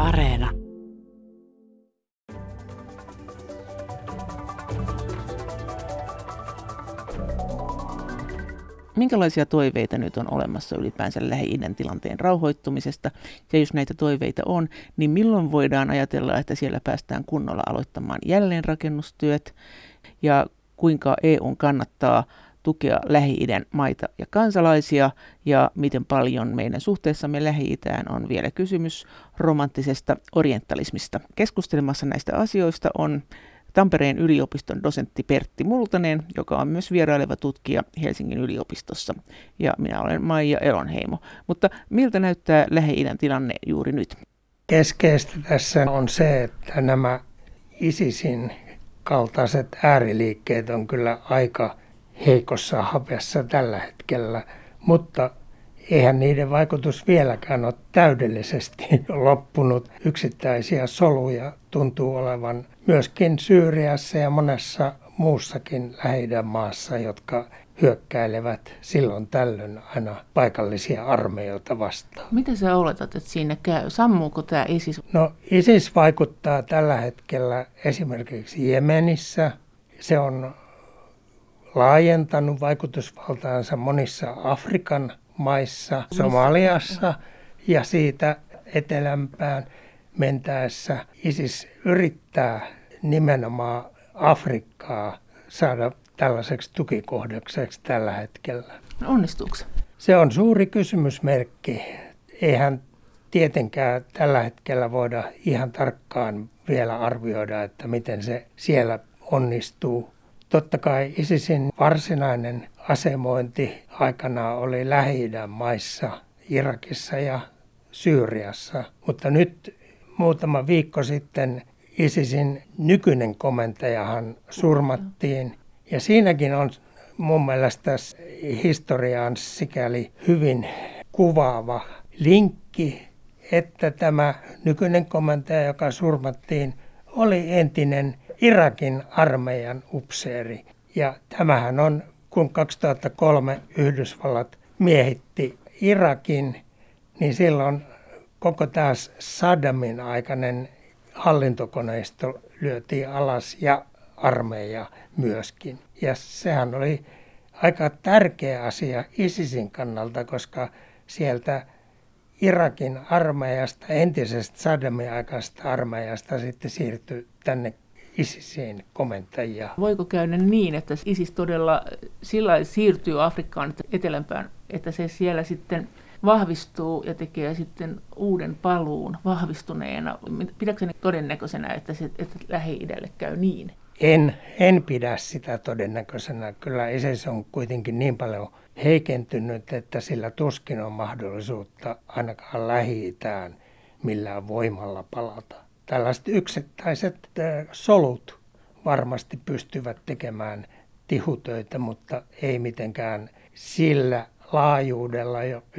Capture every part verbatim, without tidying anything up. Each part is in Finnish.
Areena. Minkälaisia toiveita nyt on olemassa ylipäänsä Lähi-idän tilanteen rauhoittumisesta? Ja jos näitä toiveita on, niin milloin voidaan ajatella, että siellä päästään kunnolla aloittamaan jälleenrakennustyöt? Ja kuinka E U:n kannattaa tukea Lähi-idän maita ja kansalaisia? Ja miten paljon meidän suhteessamme Lähi-itään on vielä kysymys romanttisesta orientalismista? Keskustelemassa näistä asioista on Tampereen yliopiston dosentti Pertti Multanen, joka on myös vieraileva tutkija Helsingin yliopistossa, ja minä olen Maija Elonheimo. Mutta miltä näyttää Lähi-idän tilanne juuri nyt? Keskeistä tässä on se, että nämä ISISin kaltaiset ääriliikkeet on kyllä aika heikossa hapessa tällä hetkellä, mutta eihän niiden vaikutus vieläkään ole täydellisesti loppunut. Yksittäisiä soluja tuntuu olevan myöskin Syyriassa ja monessa muussakin Lähi-idän maassa, jotka hyökkäilevät silloin tällöin aina paikallisia armeijoita vastaan. Mitä sä oletat, että siinä käy? Sammuuko tämä ISIS? No ISIS vaikuttaa tällä hetkellä esimerkiksi Jemenissä. Se on laajentanut vaikutusvaltaansa monissa Afrikan maissa, Somaliassa ja siitä etelämpään mentäessä ISIS yrittää nimenomaan Afrikkaa saada tällaiseksi tukikohdekseksi tällä hetkellä. No onnistuuko se? Se on suuri kysymysmerkki. Eihän tietenkään tällä hetkellä voida ihan tarkkaan vielä arvioida, että miten se siellä onnistuu. Totta kai ISISin varsinainen asemointi aikanaan oli Lähi-idän maissa, Irakissa ja Syyriassa, mutta nyt muutama viikko sitten ISISin nykyinen komentajahan surmattiin. Ja siinäkin on mun mielestä historiaan sikäli hyvin kuvaava linkki, että tämä nykyinen komentaja, joka surmattiin, oli entinen Irakin armeijan upseeri. Ja tämähän on, kun kaksituhattakolme Yhdysvallat miehitti Irakin, niin silloin koko taas Saddamin aikainen hallintokoneisto lyötiin alas ja armeija myöskin. Ja sehän oli aika tärkeä asia ISISin kannalta, koska sieltä Irakin armeijasta, entisestä Saddamin aikaisesta armeijasta sitten siirtyi tänne ISISin komentajia. Voiko käydä niin, että ISIS todella sillä siirtyy Afrikkaan etelämpään, että se siellä sitten vahvistuu ja tekee sitten uuden paluun vahvistuneena? Pidätkö ne todennäköisenä, että, se, että Lähi-idälle käy niin? En, en pidä sitä todennäköisenä. Kyllä ISIS on kuitenkin niin paljon heikentynyt, että sillä tuskin on mahdollisuutta ainakaan Lähi-itään millään voimalla palata. Tällaiset yksittäiset solut varmasti pystyvät tekemään tihutöitä, mutta ei mitenkään sillä laajuudella,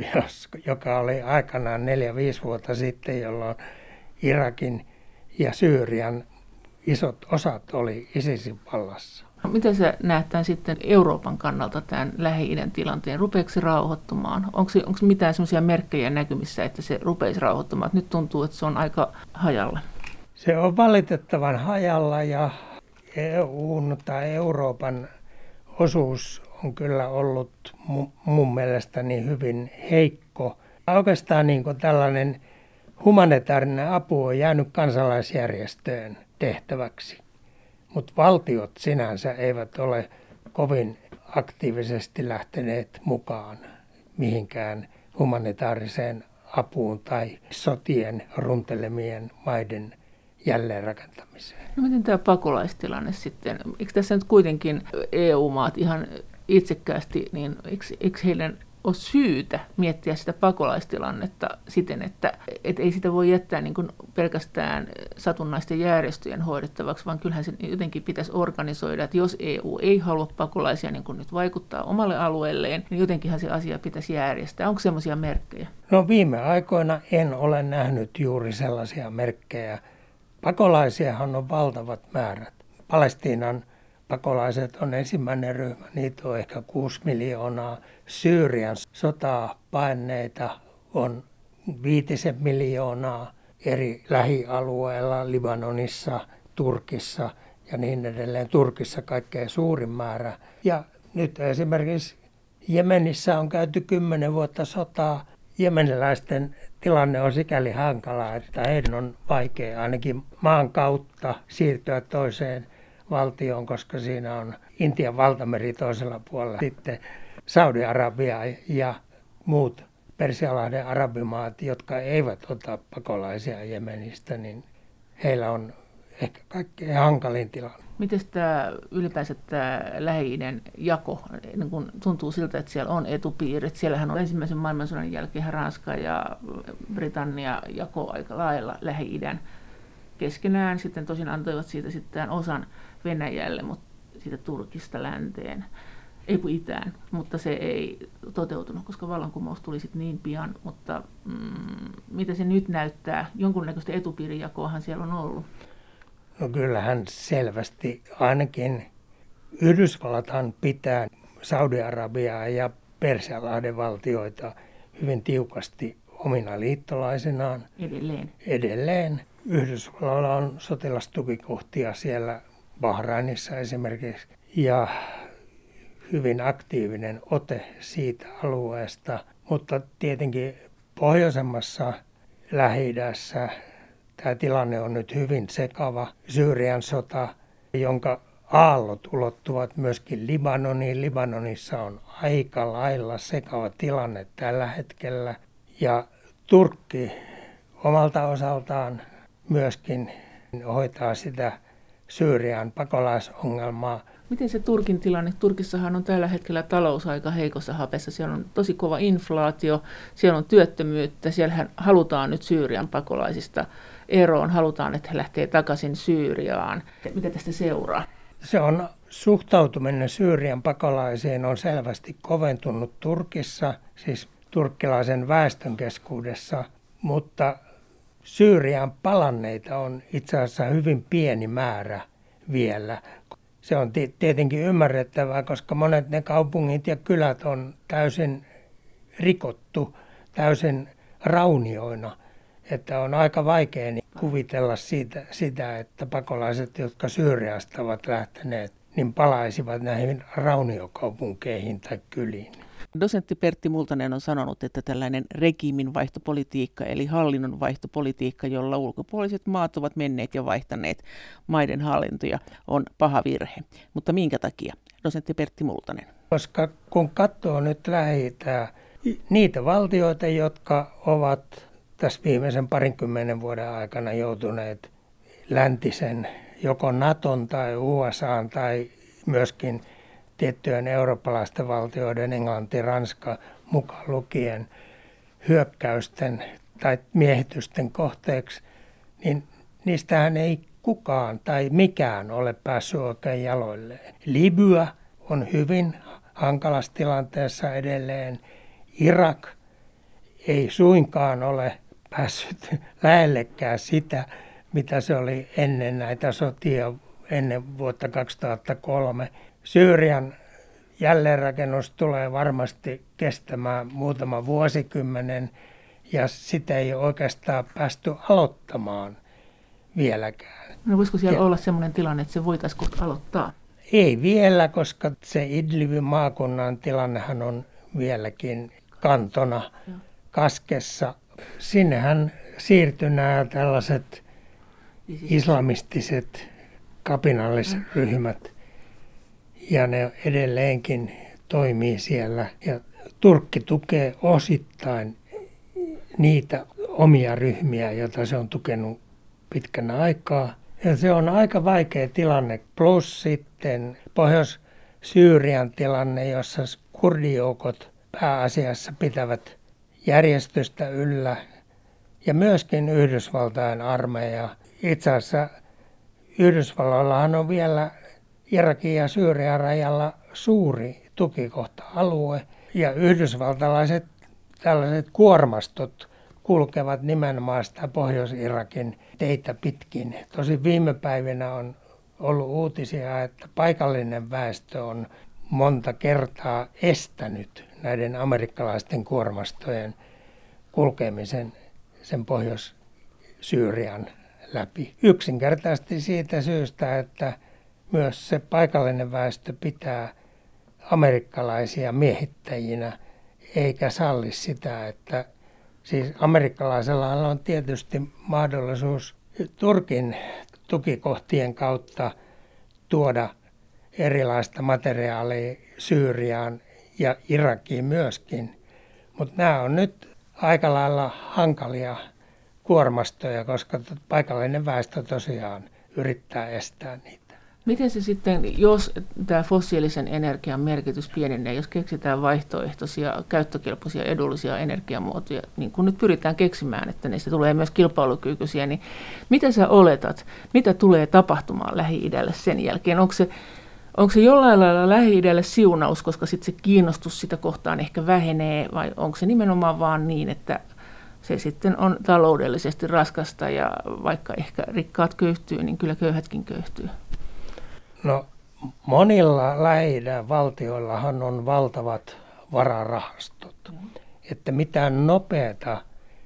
joka oli aikanaan neljä viisi vuotta sitten, jolloin Irakin ja Syyrian isot osat oli ISISin vallassa. Miten sä näet tämän sitten Euroopan kannalta tämän Lähi-idän tilanteen? Rupeeko se rauhoittumaan? Onko, se, onko mitään sellaisia merkkejä näkymissä, että se rupeisi rauhoittumaan? Nyt tuntuu, että se on aika hajalla. Se on valitettavan hajalla ja E U:n tai Euroopan osuus on kyllä ollut mun mielestäni hyvin heikko. Oikeastaan niin kuin tällainen humanitaarinen apu on jäänyt kansalaisjärjestöön tehtäväksi, mutta valtiot sinänsä eivät ole kovin aktiivisesti lähteneet mukaan mihinkään humanitaariseen apuun tai sotien runtelemien maiden jälleenrakentamiseen. No miten tämä pakolaistilanne sitten? Eikö tässä nyt kuitenkin E U-maat ihan itsekkäästi, niin eikö, eikö heidän ole syytä miettiä sitä pakolaistilannetta siten, että et ei sitä voi jättää niin kuin pelkästään satunnaisten järjestöjen hoidettavaksi, vaan kyllähän se jotenkin pitäisi organisoida, että jos E U ei halua pakolaisia niin kuin nyt vaikuttaa omalle alueelleen, niin jotenkinhan se asia pitäisi järjestää. Onko semmoisia merkkejä? No viime aikoina en ole nähnyt juuri sellaisia merkkejä. Pakolaisiahan on valtavat määrät. Palestiinan pakolaiset on ensimmäinen ryhmä, niitä on ehkä kuusi miljoonaa. Syyrian sotaa paenneita on viitisen miljoonaa. eri lähialueilla, Libanonissa, Turkissa ja niin edelleen. Turkissa kaikkein suurin määrä. Ja nyt esimerkiksi Jemenissä on käyty kymmenen vuotta sotaa. Jemeniläisten tilanne on sikäli hankala, että heidän on vaikea ainakin maan kautta siirtyä toiseen valtioon, koska siinä on Intian valtameri toisella puolella. Sitten Saudi-Arabia ja muut Persialahden arabimaat, jotka eivät ota pakolaisia Jemenistä, niin heillä on ehkä kaikkein hankalin tilanne. Miten tämä ylipäänsä tämä Lähi-idän jako, niin kun tuntuu siltä, että siellä on etupiirit. Siellähän on ensimmäisen maailmansodan jälkeen Ranska ja Britannia jako aika lailla Lähi-idän keskenään. Sitten tosin antoivat siitä sitten osan Venäjälle, mutta siitä Turkista länteen, ei kun itään, mutta se ei toteutunut, koska vallankumous tuli sitten niin pian. Mutta mm, mitä se nyt näyttää? Jonkunnäköistä etupiirijakoahan siellä on ollut. No kyllähän selvästi ainakin Yhdysvallathan pitää Saudi-Arabiaa ja Persialahden valtioita hyvin tiukasti omina liittolaisinaan. Edelleen. Edelleen. Yhdysvalloilla on sotilastukikohtia siellä Bahrainissa esimerkiksi ja hyvin aktiivinen ote siitä alueesta, mutta tietenkin pohjoisemmassa Lähi-idässä tämä tilanne on nyt hyvin sekava. Syyrian sota, jonka aallot ulottuvat myöskin Libanoniin. Libanonissa on aika lailla sekava tilanne tällä hetkellä. Ja Turkki omalta osaltaan myöskin hoitaa sitä Syyrian pakolaisongelmaa. Miten se Turkin tilanne? Turkissahan on tällä hetkellä talous aika heikossa hapessa. Siellä on tosi kova inflaatio, siellä on työttömyyttä. Siellähän halutaan nyt Syyrian pakolaisista eroon, halutaan, että he lähtee takaisin Syyriaan. Mitä tästä seuraa? Se on suhtautuminen Syyrian pakolaisiin on selvästi koventunut Turkissa, siis turkkilaisen väestön keskuudessa, mutta Syyrian palanneita on itse asiassa hyvin pieni määrä vielä. Se on tietenkin ymmärrettävää, koska monet ne kaupungit ja kylät on täysin rikottu, täysin raunioina. Että on aika vaikea kuvitella siitä, sitä, että pakolaiset, jotka Syyriasta ovat lähteneet, niin palaisivat näihin rauniokaupunkeihin tai kyliin. Dosentti Pertti Multanen on sanonut, että tällainen regiimin vaihtopolitiikka eli hallinnon vaihtopolitiikka, jolla ulkopuoliset maat ovat menneet ja vaihtaneet maiden hallintoja, on paha virhe. Mutta minkä takia? Dosentti Pertti Multanen. Koska kun katsoo nyt Lähi-itää, niitä valtioita, jotka ovat tässä viimeisen parinkymmenen vuoden aikana joutuneet läntisen joko Naton tai U S A:n tai myöskin tiettyjen eurooppalaisten valtioiden, Englanti, Ranska mukaan lukien hyökkäysten tai miehitysten kohteeksi, niin niistähän ei kukaan tai mikään ole päässyt oikein jaloilleen. Libya on hyvin hankalassa tilanteessa edelleen. Irak ei suinkaan ole päässyt lähellekään sitä, mitä se oli ennen näitä sotia, ennen vuotta kaksituhattakolme. Syyrian jälleenrakennus tulee varmasti kestämään muutaman vuosikymmenen, ja sitä ei ole oikeastaan päästy aloittamaan vieläkään. No voisiko siellä ja olla sellainen tilanne, että se voitaisiin kohta aloittaa? Ei vielä, koska se Idlibin maakunnan tilannehan on vieläkin kantona ja kaskessa. Sinnehän siirtyi nämä tällaiset islamistiset kapinallisryhmät, ja ne edelleenkin toimii siellä. Ja Turkki tukee osittain niitä omia ryhmiä, joita se on tukenut pitkän aikaa. Ja se on aika vaikea tilanne. Plus sitten Pohjois-Syyrian tilanne, jossa kurdijoukot pääasiassa pitävät järjestystä yllä. Ja myöskin Yhdysvaltain armeija. Itse asiassa Yhdysvalloillahan on vielä Irakin ja Syyrian rajalla suuri tukikohta-alue. Ja yhdysvaltalaiset tällaiset kuormastot kulkevat nimenomaan sitä Pohjois-Irakin teitä pitkin. Tosin viime päivinä on ollut uutisia, että paikallinen väestö on monta kertaa estänyt näiden amerikkalaisten kuormastojen kulkemisen sen Pohjois Syyrian läpi. Yksinkertaisesti siitä syystä, että myös se paikallinen väestö pitää amerikkalaisia miehittäjinä, eikä salli sitä, että siis amerikkalaisella on tietysti mahdollisuus Turkin tukikohtien kautta tuoda erilaista materiaalia Syyriaan ja Irakiin myöskin. Mutta nämä on nyt aika lailla hankalia kuormastoja, koska paikallinen väestö tosiaan yrittää estää niitä. Miten se sitten, jos tämä fossiilisen energian merkitys pienenee, jos keksitään vaihtoehtoisia, käyttökelpoisia, edullisia energiamuotoja, niin kun nyt pyritään keksimään, että niistä tulee myös kilpailukykyisiä, niin mitä sä oletat, mitä tulee tapahtumaan Lähi-idälle sen jälkeen? Onko se, onko se jollain lailla Lähi-idälle siunaus, koska sitten se kiinnostus sitä kohtaan ehkä vähenee, vai onko se nimenomaan vaan niin, että se sitten on taloudellisesti raskasta ja vaikka ehkä rikkaat köyhtyy, niin kyllä köyhätkin köyhtyy? No monilla Lähi-idän valtioillahan on valtavat vararahastot, mm. että mitään nopeata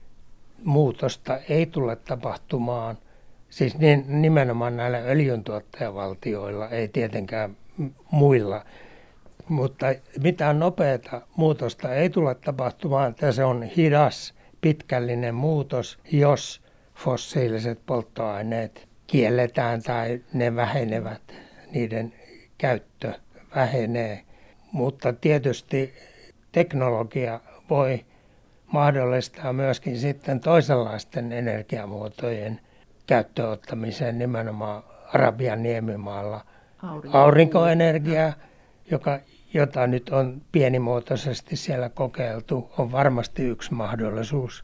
muutosta ei tule tapahtumaan. Siis niin, nimenomaan näillä öljyntuottajavaltioilla, ei tietenkään muilla, mutta mitään nopeata muutosta ei tule tapahtumaan, että se on hidas, pitkällinen muutos, jos fossiiliset polttoaineet kielletään tai ne vähenevät. Niiden käyttö vähenee, mutta tietysti teknologia voi mahdollistaa myöskin sitten toisenlaisten energiamuotojen käyttöottamisen nimenomaan Arabian niemimaalla. Aurinko. Aurinkoenergia, joka, jota nyt on pienimuotoisesti siellä kokeiltu, on varmasti yksi mahdollisuus,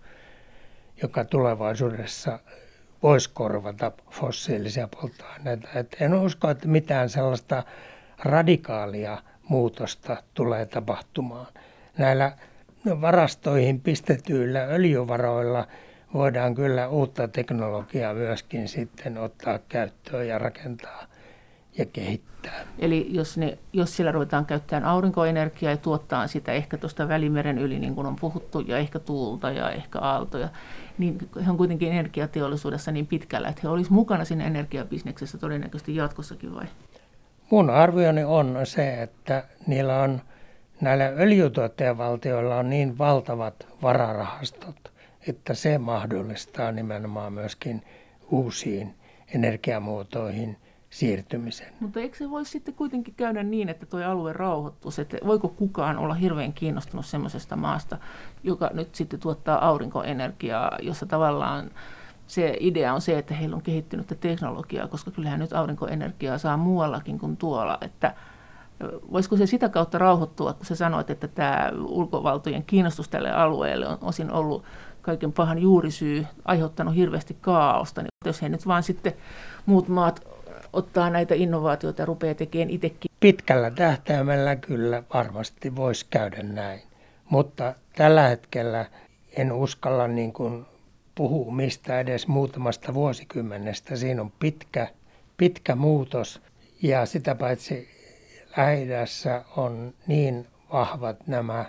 joka tulevaisuudessa voisi korvata fossiilisia polttoaineita. Et en usko, että mitään sellaista radikaalia muutosta tulee tapahtumaan. Näillä varastoihin pistetyillä öljyvaroilla voidaan kyllä uutta teknologiaa myöskin sitten ottaa käyttöön ja rakentaa ja kehittää. Eli jos, ne, jos siellä ruvetaan käyttämään aurinkoenergiaa ja tuottaa sitä ehkä tuosta Välimeren yli, niin kuin on puhuttu, ja ehkä tuulta ja ehkä aaltoja, niin he on kuitenkin energiateollisuudessa niin pitkällä, että he olisivat mukana siinä energiabisneksessä todennäköisesti jatkossakin vai? Mun arvioni on se, että niillä on, näillä öljytuottajavaltioilla on niin valtavat vararahastot, että se mahdollistaa nimenomaan myöskin uusiin energiamuotoihin siirtymisen. Mutta eikö se voisi sitten kuitenkin käydä niin, että tuo alue rauhoittuisi, että voiko kukaan olla hirveän kiinnostunut semmoisesta maasta, joka nyt sitten tuottaa aurinkoenergiaa, jossa tavallaan se idea on se, että heillä on kehittynyttä teknologiaa, koska kyllähän nyt aurinkoenergiaa saa muuallakin kuin tuolla, että voisiko se sitä kautta rauhoittua, kun sä sanoit, että tämä ulkovaltojen kiinnostus tälle alueelle on osin ollut kaiken pahan juurisyy, aiheuttanut hirveästi kaaosta, niin jos he nyt vaan sitten muut maat ottaa näitä innovaatioita ja rupeaa tekemään itsekin. Pitkällä tähtäimellä kyllä varmasti voisi käydä näin, mutta tällä hetkellä en uskalla niin kuin puhua mistä edes muutamasta vuosikymmenestä. Siinä on pitkä, pitkä muutos ja sitä paitsi Lähi-idässä on niin vahvat nämä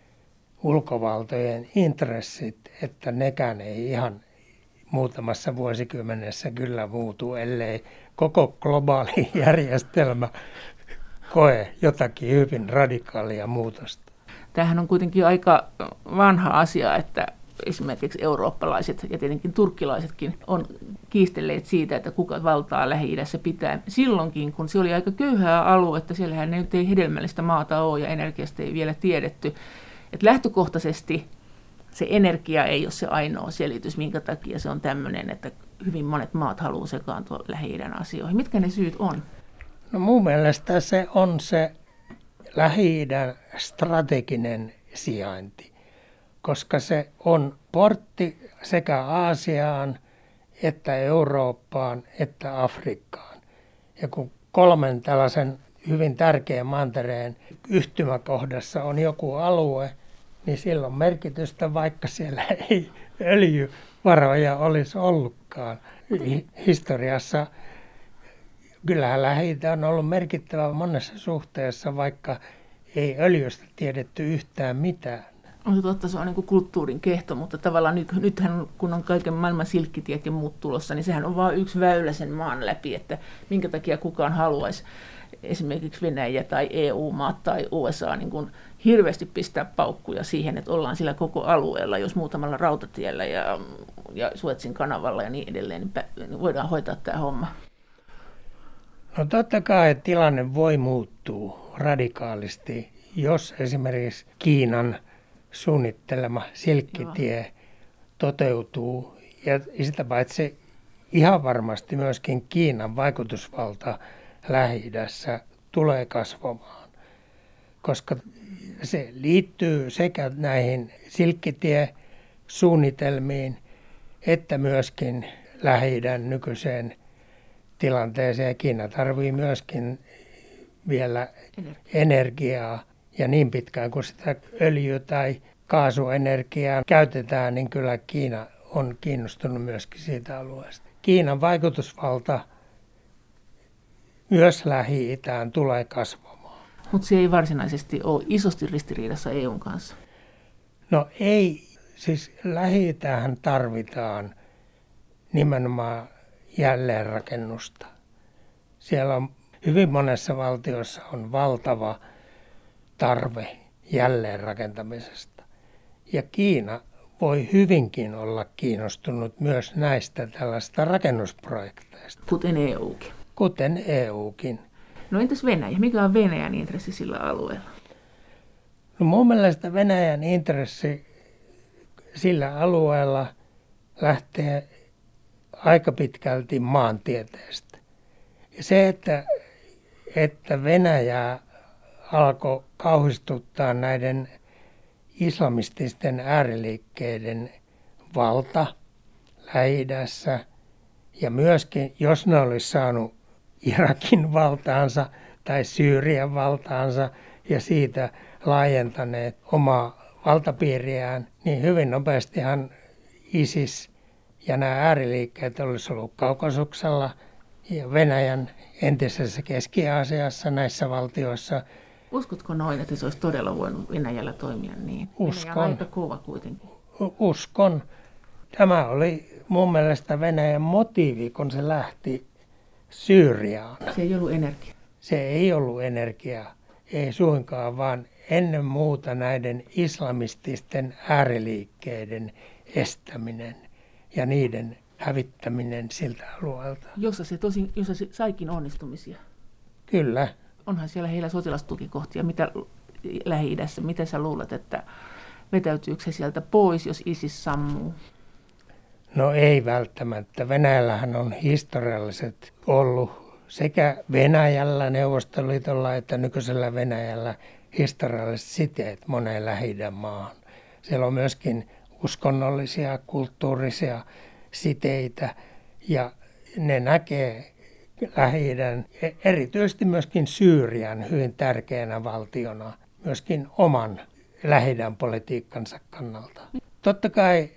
ulkovaltojen intressit, että nekään ei ihan muutamassa vuosikymmenessä kyllä muutu, ellei koko globaali järjestelmä koe jotakin hyvin radikaalia muutosta. Tämähän on kuitenkin aika vanha asia, että esimerkiksi eurooppalaiset ja tietenkin turkkilaisetkin on kiistelleet siitä, että kuka valtaa Lähi-idässä pitää. Silloinkin, kun se oli aika köyhää aluetta, siellähän nyt ei hedelmällistä maata ole ja energiasta ei vielä tiedetty. Että lähtökohtaisesti se energia ei ole se ainoa selitys, minkä takia se on tämmöinen, että hyvin monet maat haluaa sekaantua Lähi-idän asioihin. Mitkä ne syyt on? No mun mielestä se on se Lähi-idän strateginen sijainti, koska se on portti sekä Aasiaan, että Eurooppaan, että Afrikkaan. Ja kun kolmen tällaisen hyvin tärkeän mantereen yhtymäkohdassa on joku alue, niin sillä on merkitystä, vaikka siellä ei öljyvaroja olisi ollutkaan. Historiassa kyllähän Lähi-itä on ollut merkittävä monessa suhteessa, vaikka ei öljystä tiedetty yhtään mitään. On totta, se on niin kuin kulttuurin kehto, mutta tavallaan nyt, nythän kun on kaiken maailman silkkitiet ja muut tulossa, niin sehän on vain yksi väylä sen maan läpi, että minkä takia kukaan haluaisi esimerkiksi Venäjä tai E U-maat tai U S A niin kuin hirveästi pistää paukkuja siihen, että ollaan sillä koko alueella, jos muutamalla rautatiellä ja, ja Suetsin kanavalla ja niin edelleen, niin voidaan hoitaa tämä homma. No totta kai tilanne voi muuttua radikaalisti, jos esimerkiksi Kiinan suunnittelema silkkitie Joo. toteutuu. Ja sitä paitsi ihan varmasti myöskin Kiinan vaikutusvalta Lähi-idässä tulee kasvamaan, koska se liittyy sekä näihin silkkitie-suunnitelmiin että myöskin Lähi-idän nykyiseen tilanteeseen. Ja Kiina tarvitsee myöskin vielä Energia. energiaa. Ja niin pitkään kuin sitä öljy- tai kaasuenergiaa käytetään, niin kyllä Kiina on kiinnostunut myöskin siitä alueesta. Kiinan vaikutusvalta myös Lähi-itään tulee kasvamaan. Mutta se ei varsinaisesti ole isosti ristiriidassa E U:n kanssa. No ei. Siis Lähi-itähän tarvitaan nimenomaan jälleenrakennusta. Siellä on hyvin monessa valtiossa on valtava tarve jälleenrakentamisesta. Ja Kiina voi hyvinkin olla kiinnostunut myös näistä tällaista rakennusprojekteista. Kuten E U:kin. Kuten E U:kin. No entäs Venäjä? Mikä on Venäjän intressi sillä alueella? No mun mielestä Venäjän intressi sillä alueella lähtee aika pitkälti maantieteestä. Ja se, että, että Venäjä alkoi kauhistuttaa näiden islamististen ääriliikkeiden valta Lähi-idässä ja myöskin, jos ne olisi saanut Irakin valtaansa tai Syyrian valtaansa ja siitä laajentaneet omaa valtapiiriään, niin hyvin nopeastihan ISIS ja nämä ääriliikkeet olisi ollut Kaukasuksella ja Venäjän entisessä Keski-Aasiassa näissä valtioissa. Uskotko noin, että se olisi todella voinut Venäjällä toimia niin? Uskon. Venäjä on aika kova kuitenkin. Uskon. Tämä oli mun mielestä Venäjän motiivi, kun se lähti Syyriaan. Se ei ollut energia. Se ei ollut energia, ei suinkaan, vaan ennen muuta näiden islamististen ääriliikkeiden estäminen ja niiden hävittäminen siltä alueelta. Jossa se, tosin, jossa se saikin onnistumisia. Kyllä. Onhan siellä heillä sotilastukikohtia. Mitä Lähi-idässä, mitä sä luulet, että vetäytyykö se sieltä pois, jos ISIS sammuu? No ei välttämättä. Venäjällähän on historialliset ollut sekä Venäjällä, Neuvostoliitolla että nykyisellä Venäjällä historialliset siteet moneen Lähi-idän maahan. Siellä on myöskin uskonnollisia, kulttuurisia siteitä ja ne näkee Lähi-idän, erityisesti myöskin Syyrian hyvin tärkeänä valtiona, myöskin oman Lähi-idän politiikkansa kannalta. Totta kai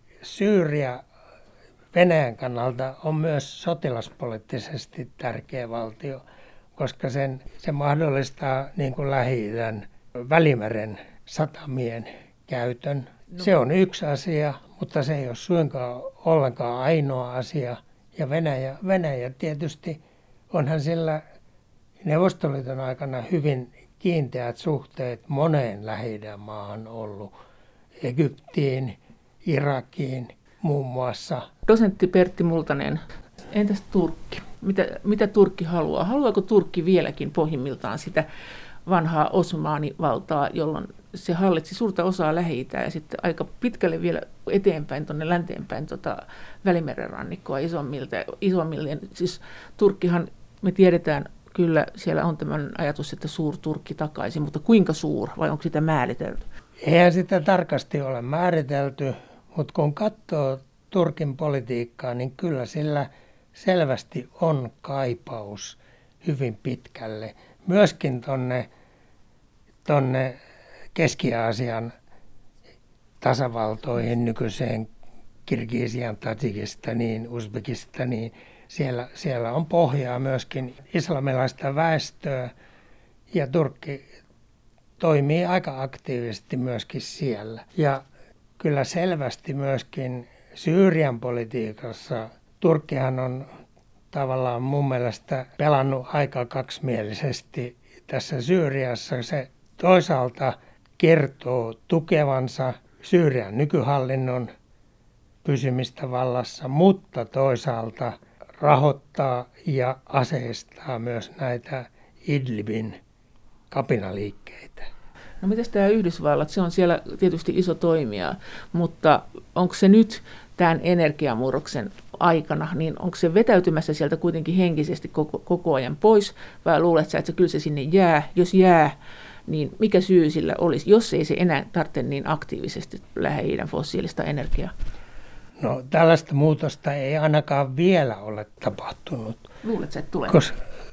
Syyria Venäjän kannalta on myös sotilaspoliittisesti tärkeä valtio, koska sen, se mahdollistaa niin kuin Lähi-idän Välimeren satamien käytön. No. Se on yksi asia, mutta se ei ole suinkaan ollenkaan ainoa asia. Ja Venäjä, Venäjä tietysti onhan sillä Neuvostoliiton aikana hyvin kiinteät suhteet moneen Lähi-idän maahan ollut. Egyptiin, Irakiin muun muassa. Dosentti Pertti Multanen, entäs Turkki? Mitä, mitä Turkki haluaa? Haluaako Turkki vieläkin pohjimmiltaan sitä vanhaa Osmaanivaltaa, jolloin se hallitsi suurta osaa Lähi-itää ja sitten aika pitkälle vielä eteenpäin, tuonne länteenpäin tota Välimeren rannikkoa isommilta, isommille. Siis Turkkihan, me tiedetään kyllä, siellä on tämän ajatus, että suur Turkki takaisin, mutta kuinka suur vai onko sitä määritelty? Eihän sitä tarkasti ole määritelty, mutta kun katsoo Turkin politiikkaa, niin kyllä sillä selvästi on kaipaus hyvin pitkälle. Myöskin tuonne tonne Keski-Aasian tasavaltoihin, nykyiseen Kirgisian, Tadžikistaniin, Uzbekistaniin. Siellä, siellä on pohjaa myöskin islamilaista väestöä ja Turkki toimii aika aktiivisesti myöskin siellä. Ja kyllä selvästi myöskin Syyrian politiikassa Turkkihan on tavallaan mun mielestä pelannut aika kaksimielisesti tässä Syyriassa. Se toisaalta kertoo tukevansa Syyrian nykyhallinnon pysymistä vallassa, mutta toisaalta rahoittaa ja aseistaa myös näitä Idlibin kapinaliikkeitä. No mitäs tämä Yhdysvallat? Se on siellä tietysti iso toimija, mutta onko se nyt tämän energiamurroksen aikana, niin onko se vetäytymässä sieltä kuitenkin henkisesti koko, koko ajan pois, vai luuletko sä, että se kyllä se sinne jää? Jos jää, niin mikä syy sillä olisi, jos ei se enää tarvitse niin aktiivisesti Lähi-idän fossiilista energiaa? No tällaista muutosta ei ainakaan vielä ole tapahtunut. Luuletko sä, että tulee? Kos,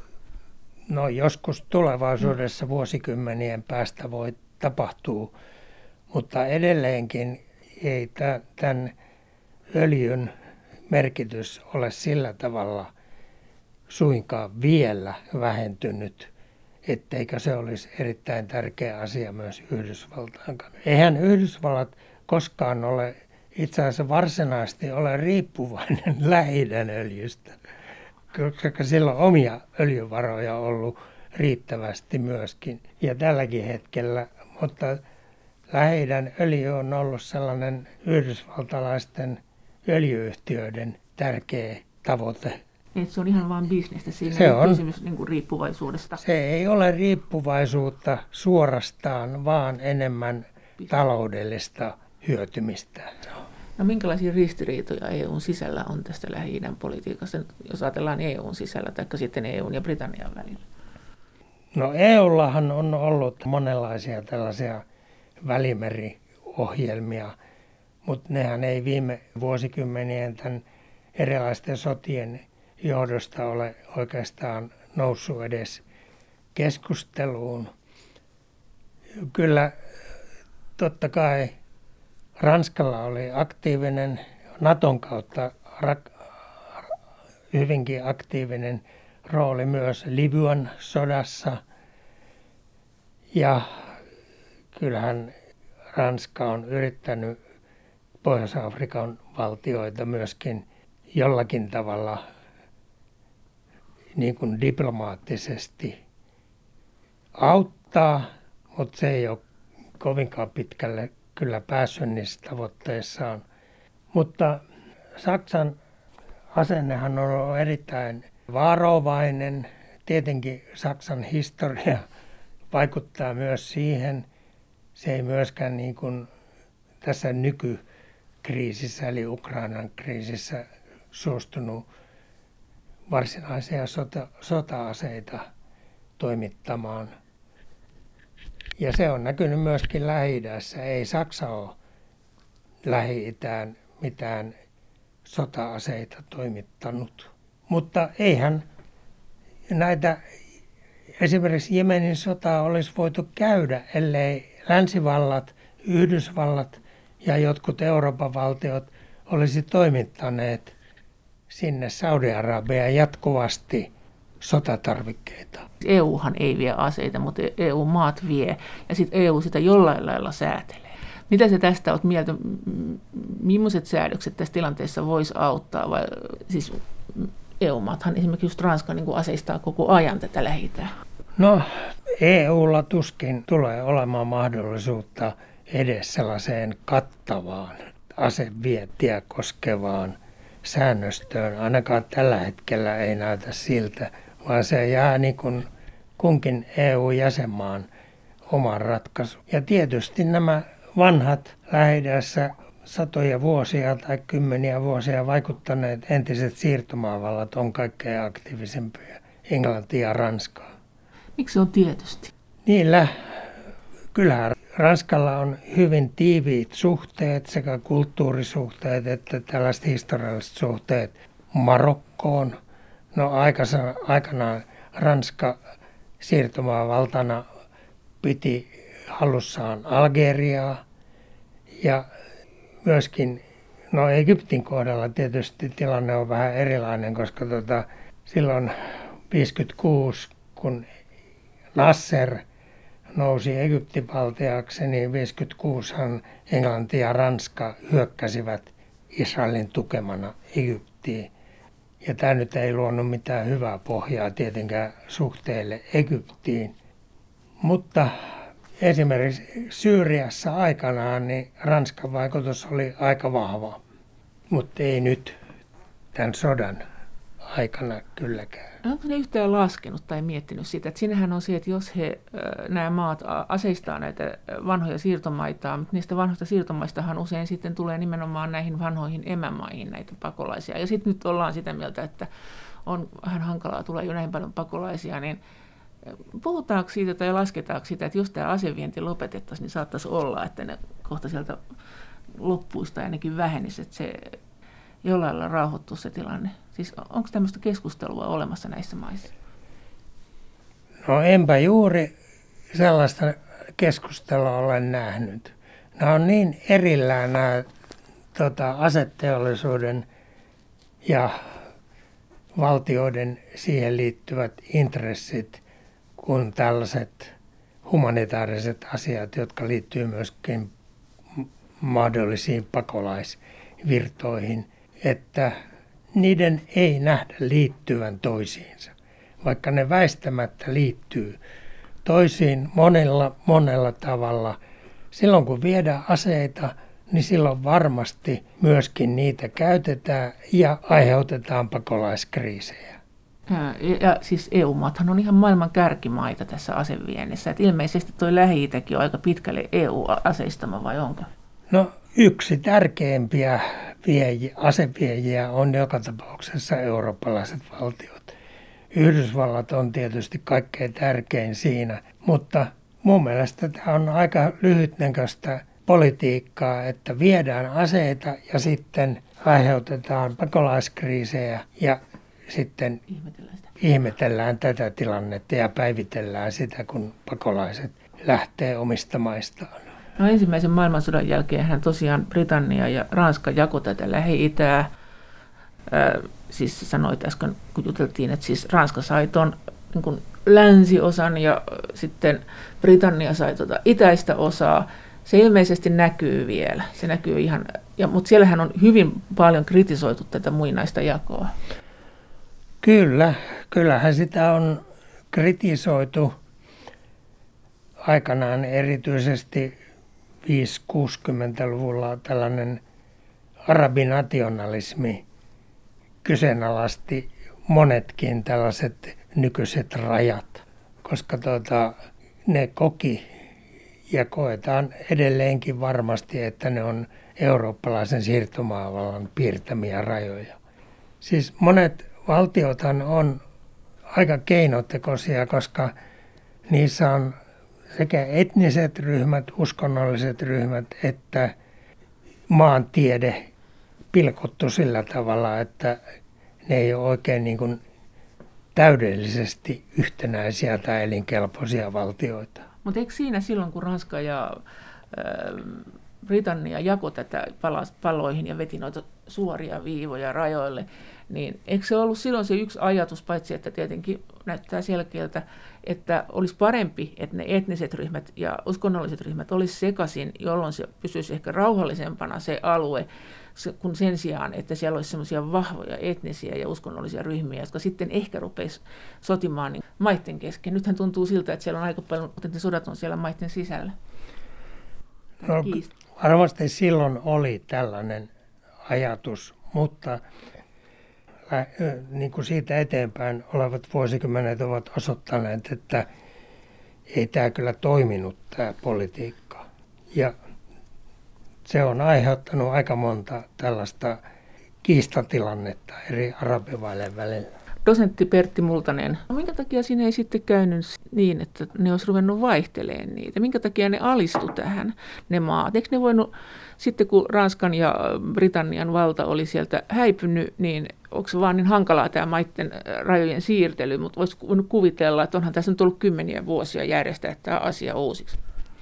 no joskus tulevaisuudessa vuosikymmenien päästä voi tapahtua, mutta edelleenkin ei tämän öljyn merkitys ole sillä tavalla suinkaan vielä vähentynyt, etteikö se olisi erittäin tärkeä asia myös Yhdysvaltain kannalta. Eihän Yhdysvallat koskaan ole itse asiassa varsinaisesti ole riippuvainen Lähi-idän öljystä, koska sillä on omia öljyvaroja ollut riittävästi myöskin ja tälläkin hetkellä, mutta Lähi-idän öljy on ollut sellainen yhdysvaltalaisten öljyyhtiöiden tärkeä tavoite. Et se on ihan vain bisnestä, siinä se ei on kysymys niin kuin riippuvaisuudesta. Se ei ole riippuvaisuutta suorastaan, vaan enemmän taloudellista hyötymistä. No minkälaisia ristiriitoja E U:n sisällä on tästä Lähi-idän politiikasta, jos ajatellaan E U:n sisällä tai sitten E U:n ja Britannian välillä? No E U:llahan on ollut monenlaisia tällaisia välimeriohjelmia, mutta nehän ei viime vuosikymmenien tämän erilaisten sotien johdosta ole oikeastaan noussut edes keskusteluun. Kyllä totta kai Ranskalla oli aktiivinen, Naton kautta hyvinkin aktiivinen rooli myös Libyan sodassa. Ja kyllähän Ranska on yrittänyt Pohjois-Afrikan valtioita myöskin jollakin tavalla niin kuin diplomaattisesti auttaa, mutta se ei ole kovinkaan pitkälle kyllä päässyt niissä tavoitteissaan. Mutta Saksan asennehan on ollut erittäin varovainen. Tietenkin Saksan historia vaikuttaa myös siihen. Se ei myöskään niin kuin tässä nykykriisissä eli Ukrainan kriisissä suostunut varsinaisia sota, sota-aseita toimittamaan. Ja se on näkynyt myöskin Lähi-idässä. Ei Saksa ole Lähi-itään mitään sota-aseita toimittanut. Mutta eihän näitä esimerkiksi Jemenin sotaa olisi voitu käydä, ellei länsivallat, Yhdysvallat ja jotkut Euroopan valtiot olisi toimittaneet sinne Saudi-Arabiaan jatkuvasti sotatarvikkeita. E Uhan ei vie aseita, mutta E U-maat vie ja sitten E U sitä jollain lailla säätelee. Mitä sä tästä olet mieltä? Millaiset säädökset tässä tilanteessa voisi auttaa? Vai, siis E U-maathan esimerkiksi just Ranska niin kuin aseistaa koko ajan tätä Lähi-itää. No E U:lla tuskin tulee olemaan mahdollisuutta edes sellaiseen kattavaan aseviettiä koskevaan säännöstöön. Ainakaan tällä hetkellä ei näytä siltä, vaan se jää niin kuin kunkin E U-jäsenmaan oman ratkaisu. Ja tietysti nämä vanhat Lähi-idässä satoja vuosia tai kymmeniä vuosia vaikuttaneet entiset siirtomaavallat on kaikkein aktiivisempia, Englanti ja Ranska. Miksi se on tietysti? Niillä, kyllähän Ranskalla on hyvin tiiviit suhteet, sekä kulttuurisuhteet että tällaiset historialliset suhteet Marokkoon. No aikanaan Ranska siirtomaavaltana piti hallussaan Algeriaa ja myöskin, no Egyptin kohdalla tietysti tilanne on vähän erilainen, koska tota, silloin viisikymmentäkuusi, kun Nasser nousi Egyptin valtiaksi, niin viisikymmentäkuusihan Englanti ja Ranska hyökkäsivät Israelin tukemana Egyptiin. Ja tämä nyt ei luonut mitään hyvää pohjaa tietenkään suhteelle Egyptiin. Mutta esimerkiksi Syyriassa aikanaan niin Ranskan vaikutus oli aika vahva, mutta ei nyt tämän sodan aikana kylläkään. Onko ne yhtään laskenut tai miettinyt sitä, että siinähän on se, että jos he, nämä maat aseistaa näitä vanhoja siirtomaita, mutta niistä vanhoista siirtomaistahan usein sitten tulee nimenomaan näihin vanhoihin emämaihin näitä pakolaisia. Ja sitten nyt ollaan sitä mieltä, että on vähän hankalaa, tulee jo näin paljon pakolaisia, niin puhutaanko siitä tai lasketaanko sitä, että jos tämä asevienti lopetettaisiin, niin saattaisi olla, että ne kohta sieltä loppuisi tai ainakin vähenisi, että se jollain lailla rauhoittuu se tilanne. Siis onko tämmöistä keskustelua olemassa näissä maissa? No enpä juuri sellaista keskustelua ole nähnyt. Nämä on niin erillään nämä tota, aseteollisuuden ja valtioiden siihen liittyvät intressit kuin tällaiset humanitaariset asiat, jotka liittyy myöskin mahdollisiin pakolaisvirtoihin, että niiden ei nähdä liittyvän toisiinsa, vaikka ne väistämättä liittyy toisiin monella, monella tavalla. Silloin kun viedään aseita, niin silloin varmasti myöskin niitä käytetään ja aiheutetaan pakolaiskriisejä. Ja, ja siis E U-maathan on ihan maailman kärkimaita tässä aseviennissä. Et ilmeisesti tuo Lähi-Itäkin on aika pitkälle E U-aseistama, vai onko? No yksi tärkeimpiä viejiä, aseviejiä on joka tapauksessa eurooppalaiset valtiot. Yhdysvallat on tietysti kaikkein tärkein siinä, mutta mun mielestä tämä on aika lyhytnäköistä politiikkaa, että viedään aseita ja sitten aiheutetaan pakolaiskriisejä ja sitten Ihmetellään sitä. ihmetellään tätä tilannetta ja päivitellään sitä, kun pakolaiset lähtee omista maistaan. No ensimmäisen maailmansodan jälkeen hän tosiaan Britannia ja Ranska jakoi tätä Lähi-Itää. Äh, siis sanoit äsken, kun juteltiin, että siis Ranska sai tuon niin kuin länsiosan ja sitten Britannia sai tuota itäistä osaa. Se ilmeisesti näkyy vielä. Se näkyy ihan, ja, mutta siellähän on hyvin paljon kritisoitu tätä muinaista jakoa. Kyllä, kyllähän sitä on kritisoitu aikanaan erityisesti viisikymmentä-kuusikymmentäluvulla tällainen arabinationalismi kyseenalaisti monetkin tällaiset nykyiset rajat, koska tuota, ne koki ja koetaan edelleenkin varmasti, että ne on eurooppalaisen siirtomaavallan piirtämiä rajoja. Siis monet valtiothan on aika keinotekoisia, koska niissä on sekä etniset ryhmät, uskonnolliset ryhmät että maantiede pilkottu sillä tavalla, että ne ei ole oikein niin kuin täydellisesti yhtenäisiä tai elinkelpoisia valtioita. Mutta eikö siinä silloin, kun Ranska ja äh, Britannia jakoi tätä paloihin ja veti noita suoria viivoja rajoille, niin eikö se ollut silloin se yksi ajatus, paitsi että tietenkin näyttää selkeältä, että olisi parempi, että ne etniset ryhmät ja uskonnolliset ryhmät olisi sekaisin, jolloin se pysyisi ehkä rauhallisempana se alue, kun sen sijaan, että siellä olisi semmoisia vahvoja etnisiä ja uskonnollisia ryhmiä, jotka sitten ehkä rupeisi sotimaan niin maiden kesken. Nythän tuntuu siltä, että siellä on aika paljon, että ne sodat on siellä maiden sisällä. No, varmasti silloin oli tällainen ajatus, mutta niin kuin siitä eteenpäin olevat vuosikymmenet ovat osoittaneet, että ei tämä kyllä toiminut tämä politiikka. Ja se on aiheuttanut aika monta tällaista kiistatilannetta eri arabimaiden välillä. Dosentti Pertti Multanen, minkä takia siinä ei sitten käynyt niin, että ne olisi ruvennut vaihtelemaan niitä? Minkä takia ne alistu tähän, ne maat? Eikö ne voinut, sitten kun Ranskan ja Britannian valta oli sieltä häipynyt, niin onko se vaan niin hankalaa tämä maiden rajojen siirtely, mutta voisi kuvitella, että onhan tässä nyt ollut kymmeniä vuosia järjestää tämä asia uusiksi.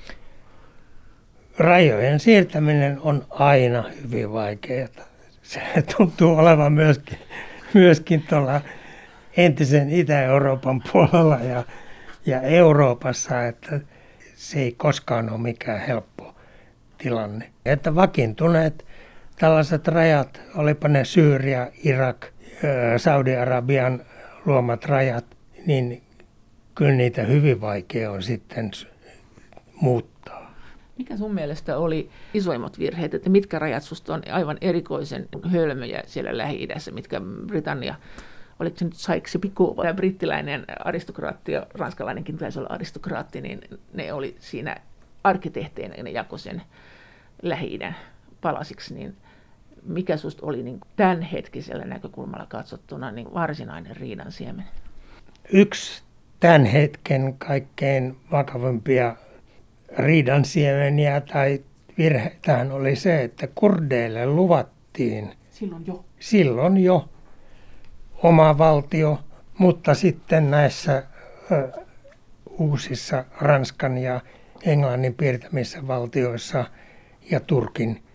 Rajojen siirtäminen on aina hyvin vaikeaa. Se tuntuu olevan myöskin, myöskin tuolla entisen Itä-Euroopan puolella ja, ja Euroopassa, että se ei koskaan ole mikään helppo tilanne. Että vakiintuneet tällaiset rajat, olipa ne Syyria, Irak, Saudi-Arabian luomat rajat, niin kyllä niitä hyvin vaikea on sitten muuttaa. Mikä sun mielestä oli isoimmat virheet, että mitkä rajat susta on aivan erikoisen hölmöjä siellä Lähi-idässä, mitkä Britannia, oliko se nyt Sykes-Picot, tämä brittiläinen aristokraatti ja ranskalainenkin taisi olla aristokraatti, niin ne oli siinä arkkitehteinä, ne jakoi sen Lähi-idän palasiksi, niin mikä susta oli niin tämänhetkisellä näkökulmalla katsottuna niin varsinainen riidan siemen? Yksi tämän hetken kaikkein vakavimpia riidan siemeniä tai virheitään oli se, että kurdeille luvattiin silloin jo, silloin jo oma valtio, mutta sitten näissä ö, uusissa Ranskan ja Englannin piirtämissä valtioissa ja Turkin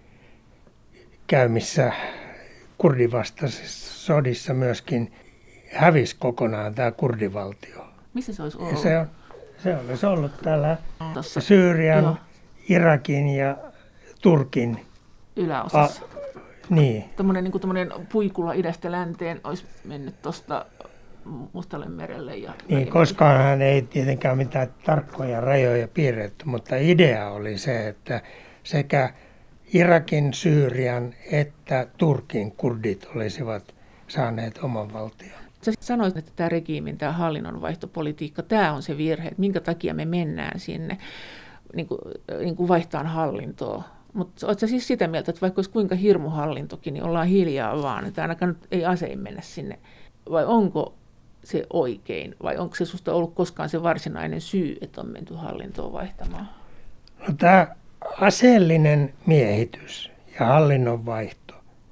käymissä kurdivastaisissa sodissa myöskin hävisi kokonaan tämä kurdivaltio. Missä se olisi ollut? Ja se, on, se olisi ollut täällä Tossa, Syyrian, joo. Irakin ja Turkin Yläosassa. A, niin. Tämmöinen niin tämmöinen puikula idästä länteen olisi mennyt tuosta Mustalle merelle. Ja Niin, koskaanhan ei tietenkään mitään tarkkoja rajoja piirretty, mutta idea oli se, että sekä Irakin, Syyrian että Turkin kurdit olisivat saaneet oman valtion. Sä sanoit, että tämä regiimin, tämä hallinnonvaihtopolitiikka, tämä on se virhe, että minkä takia me mennään sinne niin kuin, niin kuin vaihtaan hallintoa. Mutta oletko siis sitä mieltä, että vaikka olisi kuinka hirmuhallintokin, niin ollaan hiljaa vaan, että ainakaan nyt ei asein mennä sinne. Vai onko se oikein, vai onko se susta ollut koskaan se varsinainen syy, että on menty hallintoa vaihtamaan? No, tämä aseellinen miehitys ja hallinnonvaihto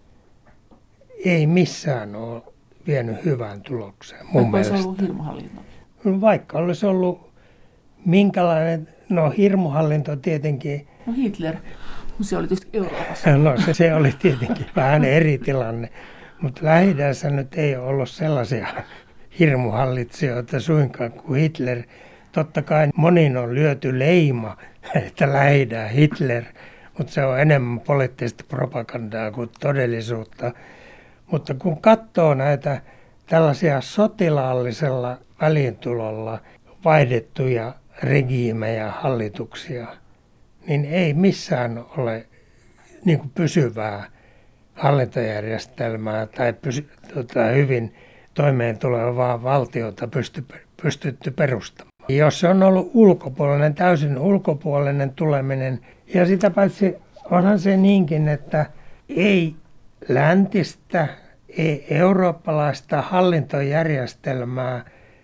ei missään ole vienyt hyvään tulokseen mun vaikka mielestä. Olisi ollut hirmuhallinto? Vaikka olisi ollut minkälainen, no hirmuhallinto tietenkin. No Hitler, se oli tietysti Euroopassa. No se, se oli tietenkin vähän eri tilanne, mutta Lähi-idässä nyt ei ole ollut sellaisia hirmuhallitsijoita suinkaan kuin Hitler. Totta kai monin on lyöty leima, että Lähi-idän Hitler, mutta se on enemmän poliittista propagandaa kuin todellisuutta. Mutta kun katsoo näitä tällaisia sotilaallisella väliintulolla vaihdettuja regiimejä, hallituksia, niin ei missään ole niin kuin pysyvää hallintojärjestelmää tai pysy, tota, hyvin toimeen tulevaa valtiota pysty, pystytty perustamaan. Jos se on ollut ulkopuolinen, täysin ulkopuolinen tuleminen, ja sitä paitsi onhan se niinkin, että ei läntistä, ei eurooppalaista hallintojärjestelmää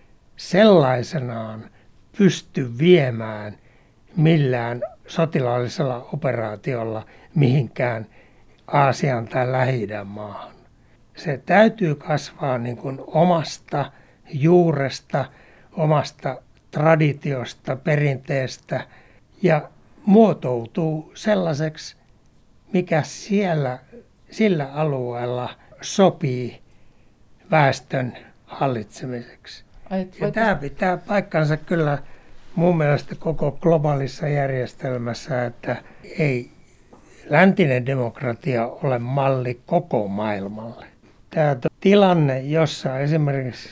sellaisenaan pysty viemään millään sotilaallisella operaatiolla mihinkään Aasian tai Lähi-idän maahan. Se täytyy kasvaa niin kuin omasta juuresta, omasta traditiosta, perinteestä ja muotoutuu sellaiseksi, mikä siellä, sillä alueella sopii väestön hallitsemiseksi. Ja tämä pitää paikkansa kyllä mun mielestä koko globaalissa järjestelmässä, että ei läntinen demokratia ole malli koko maailmalle. Tämä tilanne, jossa esimerkiksi,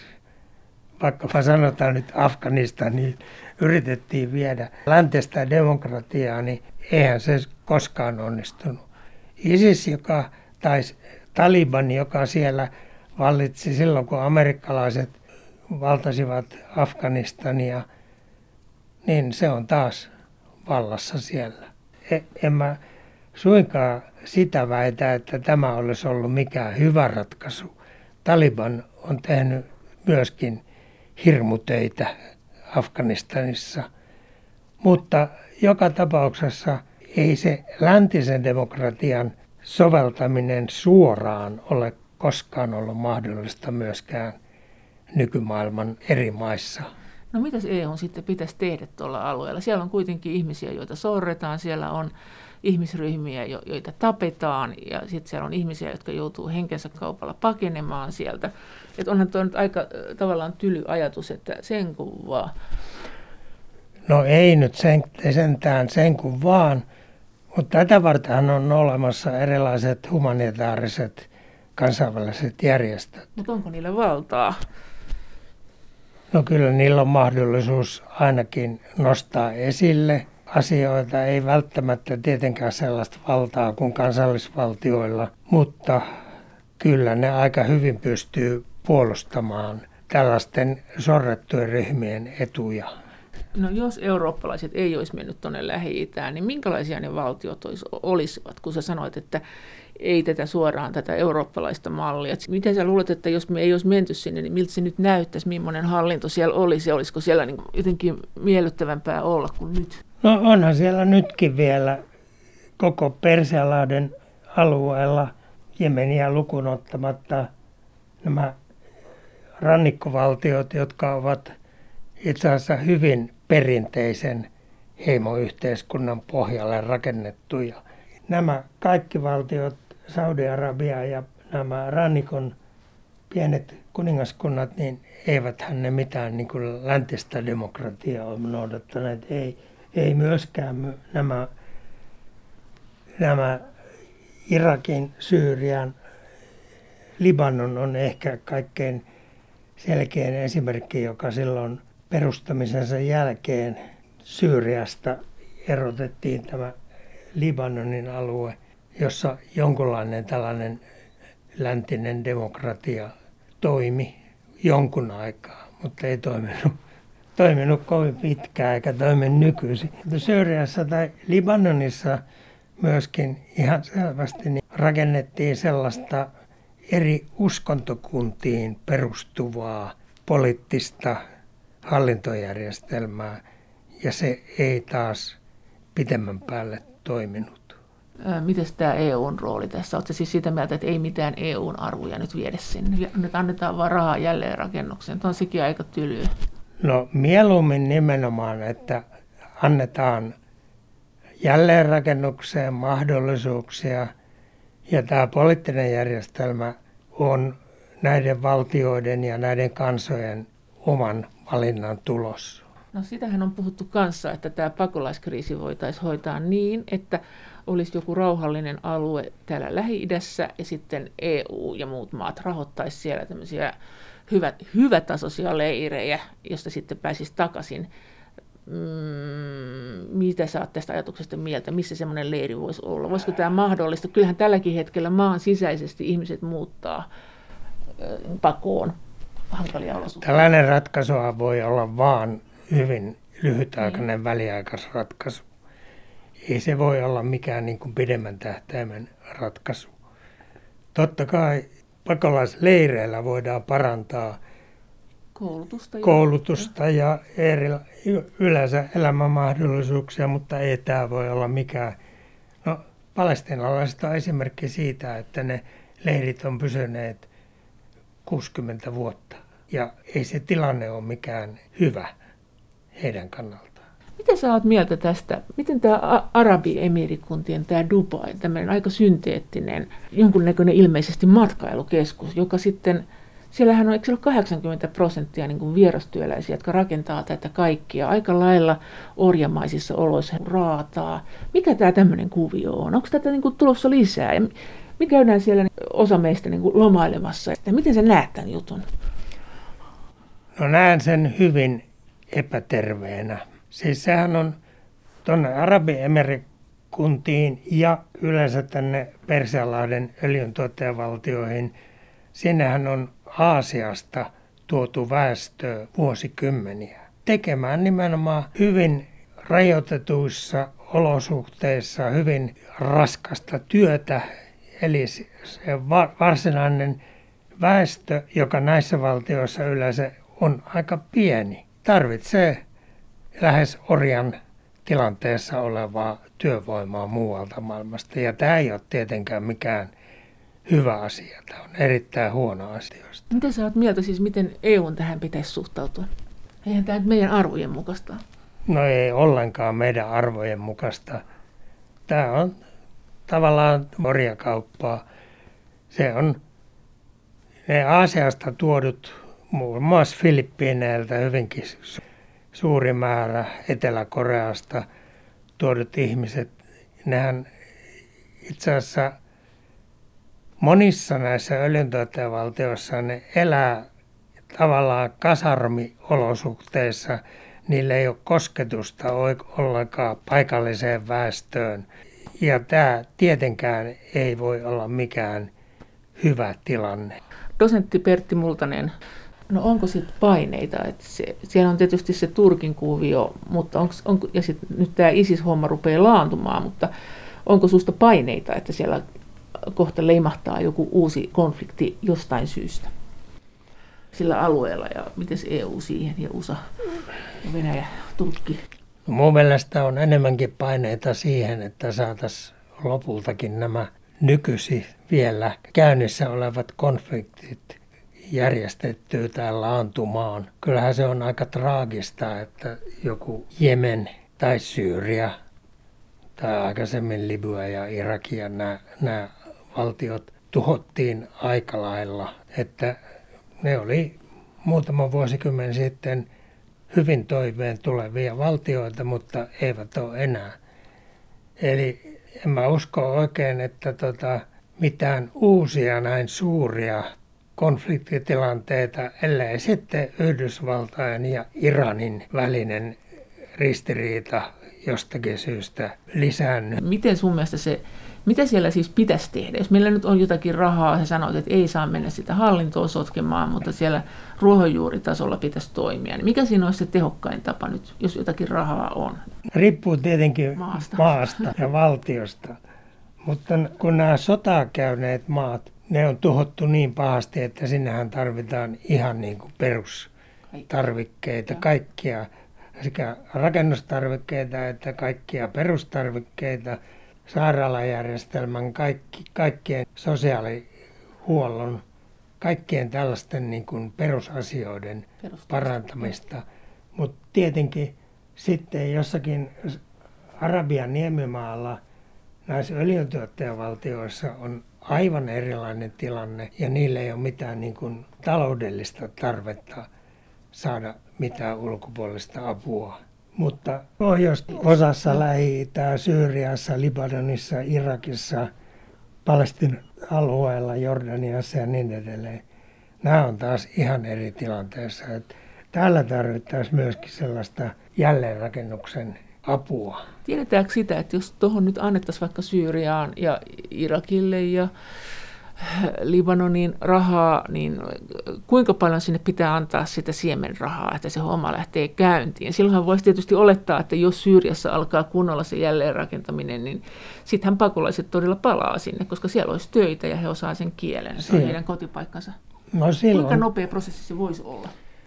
vaikka sanotaan nyt Afganistan, niin yritettiin viedä läntistä demokratiaa, niin eihän se koskaan onnistunut. ISIS, joka, tai Taliban, joka siellä vallitsi silloin, kun amerikkalaiset valtasivat Afganistania, niin se on taas vallassa siellä. En mä suinkaan sitä väitä, että tämä olisi ollut mikään hyvä ratkaisu. Taliban on tehnyt myöskin hirmutöitä Afganistanissa, mutta joka tapauksessa ei se läntisen demokratian soveltaminen suoraan ole koskaan ollut mahdollista myöskään nykymaailman eri maissa. No mitäs E U sitten pitäisi tehdä tuolla alueella? Siellä on kuitenkin ihmisiä, joita sorretaan, siellä on ihmisryhmiä, joita tapetaan ja sitten siellä on ihmisiä, jotka joutuu henkensä kaupalla pakenemaan sieltä. Et onhan tuo nyt aika tavallaan tyly ajatus, että sen kuvaa. No ei nyt sen, sentään sen kuin vaan, mutta tätä varten on olemassa erilaiset humanitaariset kansainväliset järjestöt. Mutta onko niillä valtaa? No kyllä niillä on mahdollisuus ainakin nostaa esille asioita, ei välttämättä tietenkään sellaista valtaa kuin kansallisvaltioilla, mutta kyllä ne aika hyvin pystyy puolustamaan tällaisten sorrettujen ryhmien etuja. No jos eurooppalaiset ei olisi mennyt tuonne Lähi-Itään, niin minkälaisia ne valtiot olisivat, kun sä sanoit, että ei tätä suoraan tätä eurooppalaista mallia. Miten sä luulet, että jos me ei olisi menty sinne, niin miltä se nyt näyttäisi, millainen hallinto siellä olisi? Olisiko siellä niin jotenkin miellyttävämpää olla kuin nyt? No onhan siellä nytkin vielä koko Persianlahden alueella, Jemeniä lukuun ottamatta, nämä rannikkovaltiot, jotka ovat itse asiassa hyvin perinteisen heimoyhteiskunnan pohjalle rakennettuja. Nämä kaikki valtiot, Saudi-Arabia ja nämä rannikon pienet kuningaskunnat, niin eiväthän ne mitään niin kuin läntistä demokratiaa ole noudattaneet. Ei, ei myöskään nämä, nämä Irakin, Syyrian, Libanon on ehkä kaikkein selkein esimerkki, joka silloin perustamisensa jälkeen Syyriasta erotettiin tämä Libanonin alue, jossa jonkunlainen tällainen läntinen demokratia toimi jonkun aikaa, mutta ei toiminut, toiminut kovin pitkään eikä toimi nykyisin. Syyriassa tai Libanonissa myöskin ihan selvästi niin rakennettiin sellaista eri uskontokuntiin perustuvaa poliittista hallintojärjestelmää, ja se ei taas pitemmän päälle toiminut. Miten tämä E U:n rooli tässä? Oletko siis sitä mieltä, että ei mitään E U:n arvoja nyt viedä sinne? Nyt annetaan vaan rahaa jälleenrakennukseen. Tuo on sekin aika tylyä. No mieluummin nimenomaan, että annetaan jälleenrakennukseen mahdollisuuksia, ja tämä poliittinen järjestelmä on näiden valtioiden ja näiden kansojen oman valinnan tulos. No sitähän on puhuttu kanssa, että tämä pakolaiskriisi voitaisiin hoitaa niin, että olisi joku rauhallinen alue täällä Lähi-idässä ja sitten E U ja muut maat rahoittaisi siellä tämmöisiä hyvät, hyvätasoisia leirejä, josta sitten pääsisi takaisin. Mm, mitä sä oot tästä ajatuksesta mieltä, missä semmoinen leiri voisi olla? Voisiko tämä mahdollista? Kyllähän tälläkin hetkellä maan sisäisesti ihmiset muuttaa pakoon hankalia olosuhteita. Tällainen ratkaisu voi olla vaan hyvin lyhytaikainen mm. väliaikaisratkaisu. Ei se voi olla mikään niin kuin pidemmän tähtäimen ratkaisu. Totta kai pakolaisleireillä voidaan parantaa koulutusta ja, koulutusta ja eri, yleensä elämänmahdollisuuksia, mutta ei tämä voi olla mikään. No, palestiinalaiset on esimerkki siitä, että ne leirit on pysyneet kuusikymmentä vuotta ja ei se tilanne ole mikään hyvä heidän kannaltaan. Miten sä oot mieltä tästä? Miten tämä Arabiemiirikuntien, tämä Dubai, tämmöinen aika synteettinen, jonkunnäköinen ilmeisesti matkailukeskus, joka sitten, siellähän on, eikö siellä ole kahdeksankymmentä prosenttia niin kuin vierastyöläisiä, jotka rakentaa tätä kaikkia aika lailla orjamaisissa oloissa raataa. Mikä tämä tämmöinen kuvio on? Onko tätä niin kuin tulossa lisää? Ja me käydään siellä osa meistä niin kuin lomailemassa. Miten sä näet tämän jutun? No näen sen hyvin epäterveenä. Siis sehän on tuonne Arabiemiirikuntiin ja yleensä tänne Persianlahden öljyntuottajavaltioihin. Sinnehän on Aasiasta tuotu väestöä vuosikymmeniä tekemään nimenomaan hyvin rajoitetuissa olosuhteissa hyvin raskasta työtä. Eli se varsinainen väestö, joka näissä valtioissa yleensä on aika pieni, tarvitsee lähes orjan tilanteessa olevaa työvoimaa muualta maailmasta. Ja tämä ei ole tietenkään mikään hyvä asia. Tämä on erittäin huono asia. Mitä sä oot mieltä siis, miten E U:n tähän pitäisi suhtautua? Eihän tämä meidän arvojen mukaista. No ei ollenkaan meidän arvojen mukaista. Tämä on tavallaan orjakauppaa. Se on ne Aasiasta tuodut muun muassa Filippiineiltä hyvinkin suuri määrä Etelä-Koreasta tuodut ihmiset, nehän itse asiassa monissa näissä öljyntuottajavaltioissa ne elää tavallaan kasarmiolosuhteissa. Niillä ei ole kosketusta ollenkaan paikalliseen väestöön. Ja tämä tietenkään ei voi olla mikään hyvä tilanne. Dosentti Pertti Multanen, no onko sitten paineita? Että se, siellä on tietysti se Turkin kuvio, mutta onko, onko, ja sit nyt tämä ISIS-homma rupeaa laantumaan, mutta onko susta paineita, että siellä kohta leimahtaa joku uusi konflikti jostain syystä sillä alueella, ja miten E U siihen ja U S A ja Venäjä, Turkki? No mun mielestä on enemmänkin paineita siihen, että saataisiin lopultakin nämä nykyisin vielä käynnissä olevat konfliktit järjestettyä tai laantumaan. Kyllähän se on aika traagista, että joku Jemen tai Syyria tai aikaisemmin Libya ja Irak ja nämä, nämä valtiot tuhottiin aika lailla, että ne oli muutama vuosikymmen sitten hyvin toiveen tulevia valtioita, mutta eivät ole enää. Eli en mä usko oikein, että tota, mitään uusia näin suuria konfliktitilanteita, ellei sitten Yhdysvaltain ja Iranin välinen ristiriita jostakin syystä lisäänny. Miten sun mielestä se, mitä siellä siis pitäisi tehdä? Jos meillä nyt on jotakin rahaa, sä sanoit, että ei saa mennä sitä hallintoa sotkemaan, mutta siellä ruohonjuuritasolla pitäisi toimia. Niin mikä siinä olisi se tehokkain tapa nyt, jos jotakin rahaa on? Riippuu tietenkin maasta, maasta ja valtiosta. Mutta kun nämä sotaa käyneet maat, ne on tuhottu niin pahasti, että sinnehän tarvitaan ihan niin kuin perustarvikkeita, kaikkia, sekä rakennustarvikkeita että kaikkia perustarvikkeita, sairaalajärjestelmän, kaikki, kaikkien sosiaalihuollon, kaikkien tällaisten niin kuin perusasioiden parantamista. Mutta tietenkin sitten jossakin Arabian niemimaalla näissä öljyntuottajavaltioissa on aivan erilainen tilanne ja niillä ei ole mitään niin kuin taloudellista tarvetta saada mitään ulkopuolista apua. Mutta pohjoisosassa Lähi-Itää, Syyriassa, Libanonissa, Irakissa, Palestiinan alueella, Jordaniassa ja niin edelleen, nämä on taas ihan eri tilanteessa. Että täällä tarvittaisiin myöskin sellaista jälleenrakennuksen apua. Tiedetäänkö sitä, että jos tuohon nyt annettaisiin vaikka Syyriaan ja Irakille ja Libanoniin rahaa, niin kuinka paljon sinne pitää antaa sitä siemenrahaa, että se homma lähtee käyntiin? Silloinhan voisi tietysti olettaa, että jos Syyriassa alkaa kunnolla se jälleenrakentaminen, niin sittenhän pakolaiset todella palaa sinne, koska siellä olisi töitä ja he osaa sen kielen. Se on heidän kotipaikkansa. No silloin, kuinka nopea prosessi se voisi olla?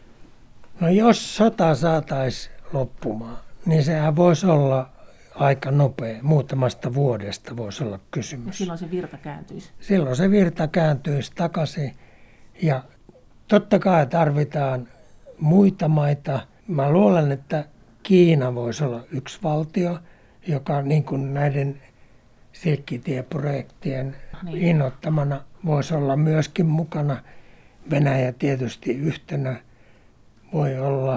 No jos sota saataisiin loppumaan, niin sehän voisi olla aika nopea. Muutamasta vuodesta voisi olla kysymys. Ja silloin se virta kääntyisi. Silloin se virta kääntyisi takaisin. Ja totta kai tarvitaan muita maita. Mä luulen, että Kiina voisi olla yksi valtio, joka niin kuin näiden silkkitieprojektien niin innoittamana voisi olla myöskin mukana. Venäjä tietysti yhtenä voi olla.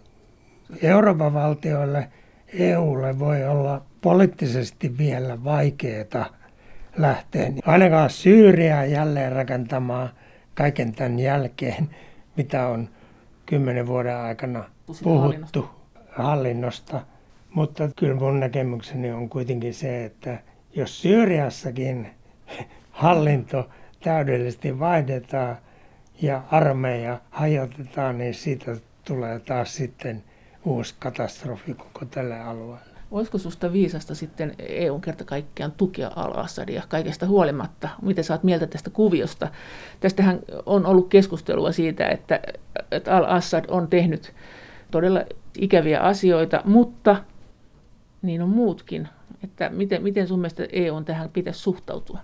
Euroopan valtioille, E U:lle voi olla poliittisesti vielä vaikeaa lähteä. Ainakaan Syyriaa jälleen rakentamaan kaiken tämän jälkeen, mitä on kymmenen vuoden aikana puhuttu hallinnosta. Mutta kyllä mun näkemykseni on kuitenkin se, että jos Syyriassakin hallinto täydellisesti vaihdetaan ja armeija hajotetaan, niin siitä tulee taas sitten uusi katastrofi koko tälle alueelle. Olisiko susta viisasta sitten E U:n kerta kaikkiaan tukea al-Assadia kaikesta huolimatta? Miten sä oot mieltä tästä kuviosta? Tästähän on ollut keskustelua siitä, että, että al-Assad on tehnyt todella ikäviä asioita, mutta niin on muutkin. Että miten, miten sun mielestä E U:n tähän pitäisi suhtautua?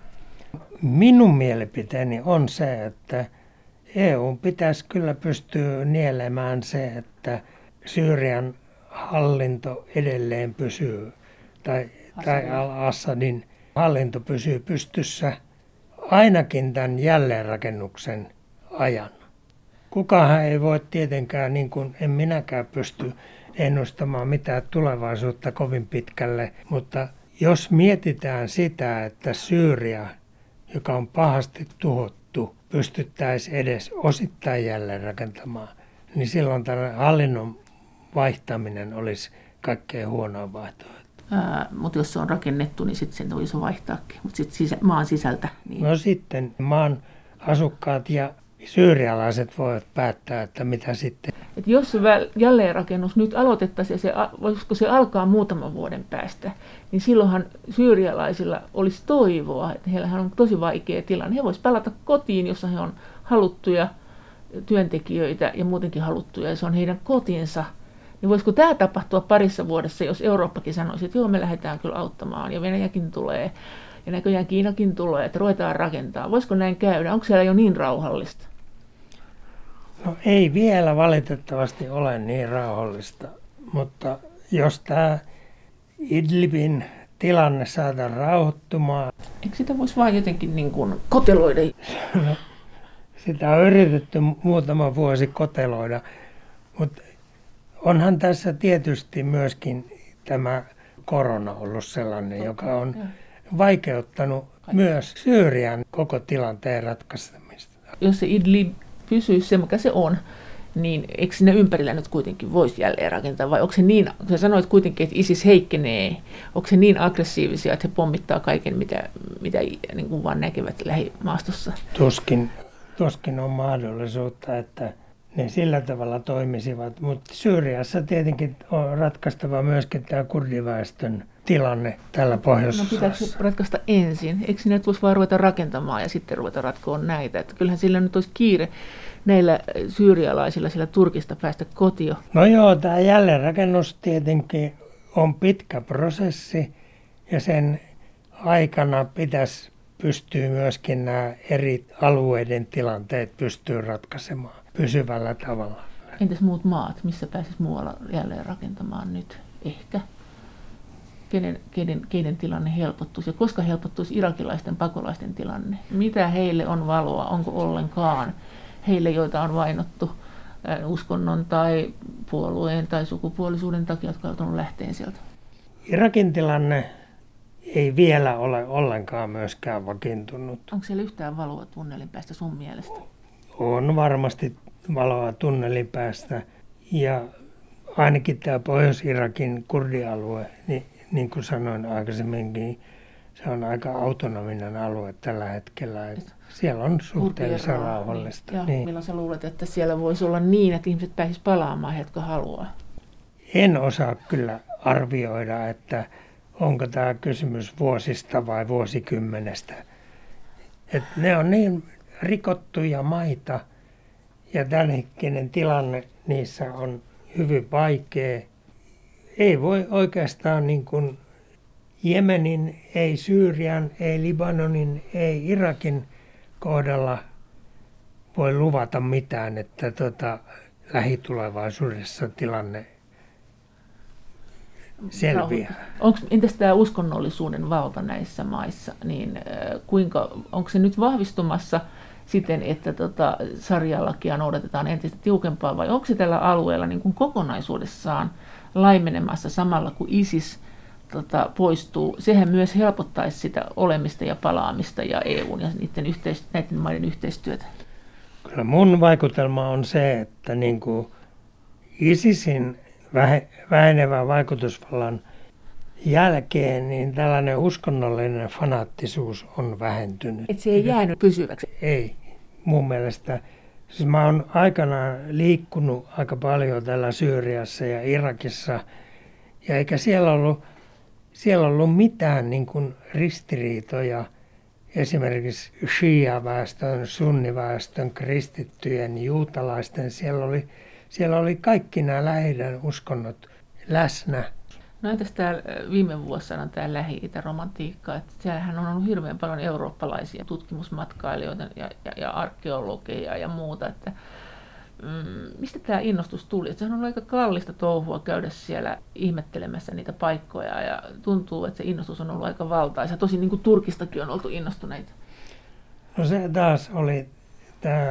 Minun mielipiteeni on se, että E U:n pitäisi kyllä pystyä nielemään se, että Syyrian hallinto edelleen pysyy, tai, tai al-Assadin hallinto pysyy pystyssä ainakin tämän jälleenrakennuksen ajan. kukaan ei voi tietenkään, niin kuin en minäkään pysty ennustamaan mitään tulevaisuutta kovin pitkälle, mutta jos mietitään sitä, että Syyria, joka on pahasti tuhottu, pystyttäisiin edes osittain jälleen rakentamaan, niin silloin tällainen hallinnon vaihtaminen olisi kaikkein huonoin vaihtoehto. Ää, mutta jos se on rakennettu, niin sitten sen tulisi vaihtaakin, mutta sitten sisä, maan sisältä. Niin... No sitten maan asukkaat ja syyrialaiset voivat päättää, että mitä sitten. Et jos se jälleenrakennus nyt aloitettaisiin, se, voisiko se alkaa muutaman vuoden päästä, niin silloinhan syyrialaisilla olisi toivoa, että heillähän on tosi vaikea tilanne. He voisivat palata kotiin, jossa he on haluttuja työntekijöitä ja muutenkin haluttuja, ja se on heidän kotinsa. Niin voisiko tämä tapahtua parissa vuodessa, jos Eurooppakin sanoisi, että joo, me lähdetään kyllä auttamaan, ja Venäjäkin tulee, ja näköjään Kiinakin tulee, että ruvetaan rakentaa. Voisiko näin käydä? Onko siellä jo niin rauhallista? No ei vielä valitettavasti ole niin rauhallista, mutta jos tämä Idlibin tilanne saadaan rauhoittumaan. Eikö sitä voisi vain jotenkin niin kuin koteloida? No, sitä on yritetty muutama vuosi koteloida, mutta onhan tässä tietysti myöskin tämä korona ollut sellainen, joka on vaikeuttanut myös Syyrian koko tilanteen ratkaisemista. Jos se Idlib pysyisi se, mikä se on, niin eikö sinne ympärillä nyt kuitenkin voisi jälleen rakentaa? Vai onko se niin, sä sanoit kuitenkin, että ISIS heikkenee, onko se niin aggressiivisia, että he pommittaa kaiken, mitä, mitä niin kuin vaan näkevät lähimaastossa? Tuskin, tuskin on mahdollisuutta, että ne sillä tavalla toimisivat, mutta Syyriassa tietenkin on ratkaistava myöskin tämä kurdiväestön tilanne tällä pohjois-osassa. No pitääkö ratkaista ensin? Eikö sinne nyt voisi vaan ruveta rakentamaan ja sitten ruveta ratkoon näitä? Että kyllähän sillä nyt olisi kiire näillä syyrialaisilla siellä Turkista päästä kotiin. No joo, tämä jälleenrakennus tietenkin on pitkä prosessi ja sen aikana pitäisi pystyä myöskin nämä eri alueiden tilanteet pystyy ratkaisemaan pysyvällä tavalla. Entäs muut maat, missä pääsisi muualla jälleen rakentamaan nyt? Ehkä. Kenen, kenen, kenen tilanne helpottuisi ja koska helpottuisi irakilaisten pakolaisten tilanne? Mitä heille on valoa? Onko ollenkaan heille, joita on vainottu uskonnon tai puolueen tai sukupuolisuuden takia, jotka ovat joutuneet lähteen sieltä? Irakin tilanne ei vielä ole ollenkaan myöskään vakiintunut. Onko siellä yhtään valoa tunnelin päästä sun mielestä? On varmasti valoa tunnelin päästä ja ainakin tämä Pohjois-Irakin kurdialue, niin, niin kuin sanoin aikaisemminkin, se on aika autonominen alue tällä hetkellä. Et siellä on suhteellisen rauhallista. Niin. Niin. Milloin sä luulet, että siellä voisi olla niin, että ihmiset pääsisivät palaamaan, jotka haluaa? En osaa kyllä arvioida, että onko tämä kysymys vuosista vai vuosikymmenestä. Et ne on niin rikottuja maita ja tämänhetkinen tilanne niissä on hyvin vaikea. Ei voi oikeastaan niin kuin Jemenin, ei Syyrian, ei Libanonin, ei Irakin kohdalla voi luvata mitään, että tota, lähitulevaisuudessa tilanne selviää. Onko, entäs tämä uskonnollisuuden valta näissä maissa, niin kuinka, onko se nyt vahvistumassa siten, että tota, sarjalakia noudatetaan entistä tiukempaa, vai onko se tällä alueella niin kuin kokonaisuudessaan laimenemassa samalla kuin ISIS tota, poistuu? Sehän myös helpottaisi sitä olemista ja palaamista ja E U:n ja niiden, yhteis- näiden maiden yhteistyötä. Kyllä mun vaikutelma on se, että niin kuin ISISin vähenevän vaikutusvallan jälkeen niin tällainen uskonnollinen fanaattisuus on vähentynyt. Et se ei jäänyt pysyväksi? Ei. Mun mielestä. Siis mä oon aikanaan liikkunut aika paljon täällä Syyriassa ja Irakissa, ja eikä siellä ollut, siellä ollut mitään niin kuin ristiriitoja esimerkiksi shia-väestön, sunniväestön, kristittyjen, juutalaisten. Siellä oli, siellä oli kaikki nämä Lähi-idän uskonnot läsnä. No entäs täällä viime vuosina tämä Lähi-itä-romantiikka, että siellähän on ollut hirveän paljon eurooppalaisia tutkimusmatkailijoita ja, ja, ja arkeologeja ja muuta, että mm, mistä tämä innostus tuli? Että sehän on aika kallista touhua käydä siellä ihmettelemässä niitä paikkoja ja tuntuu, että se innostus on ollut aika valtaisa. Tosin niin kuin Turkistakin on oltu innostuneita. No se taas oli tämä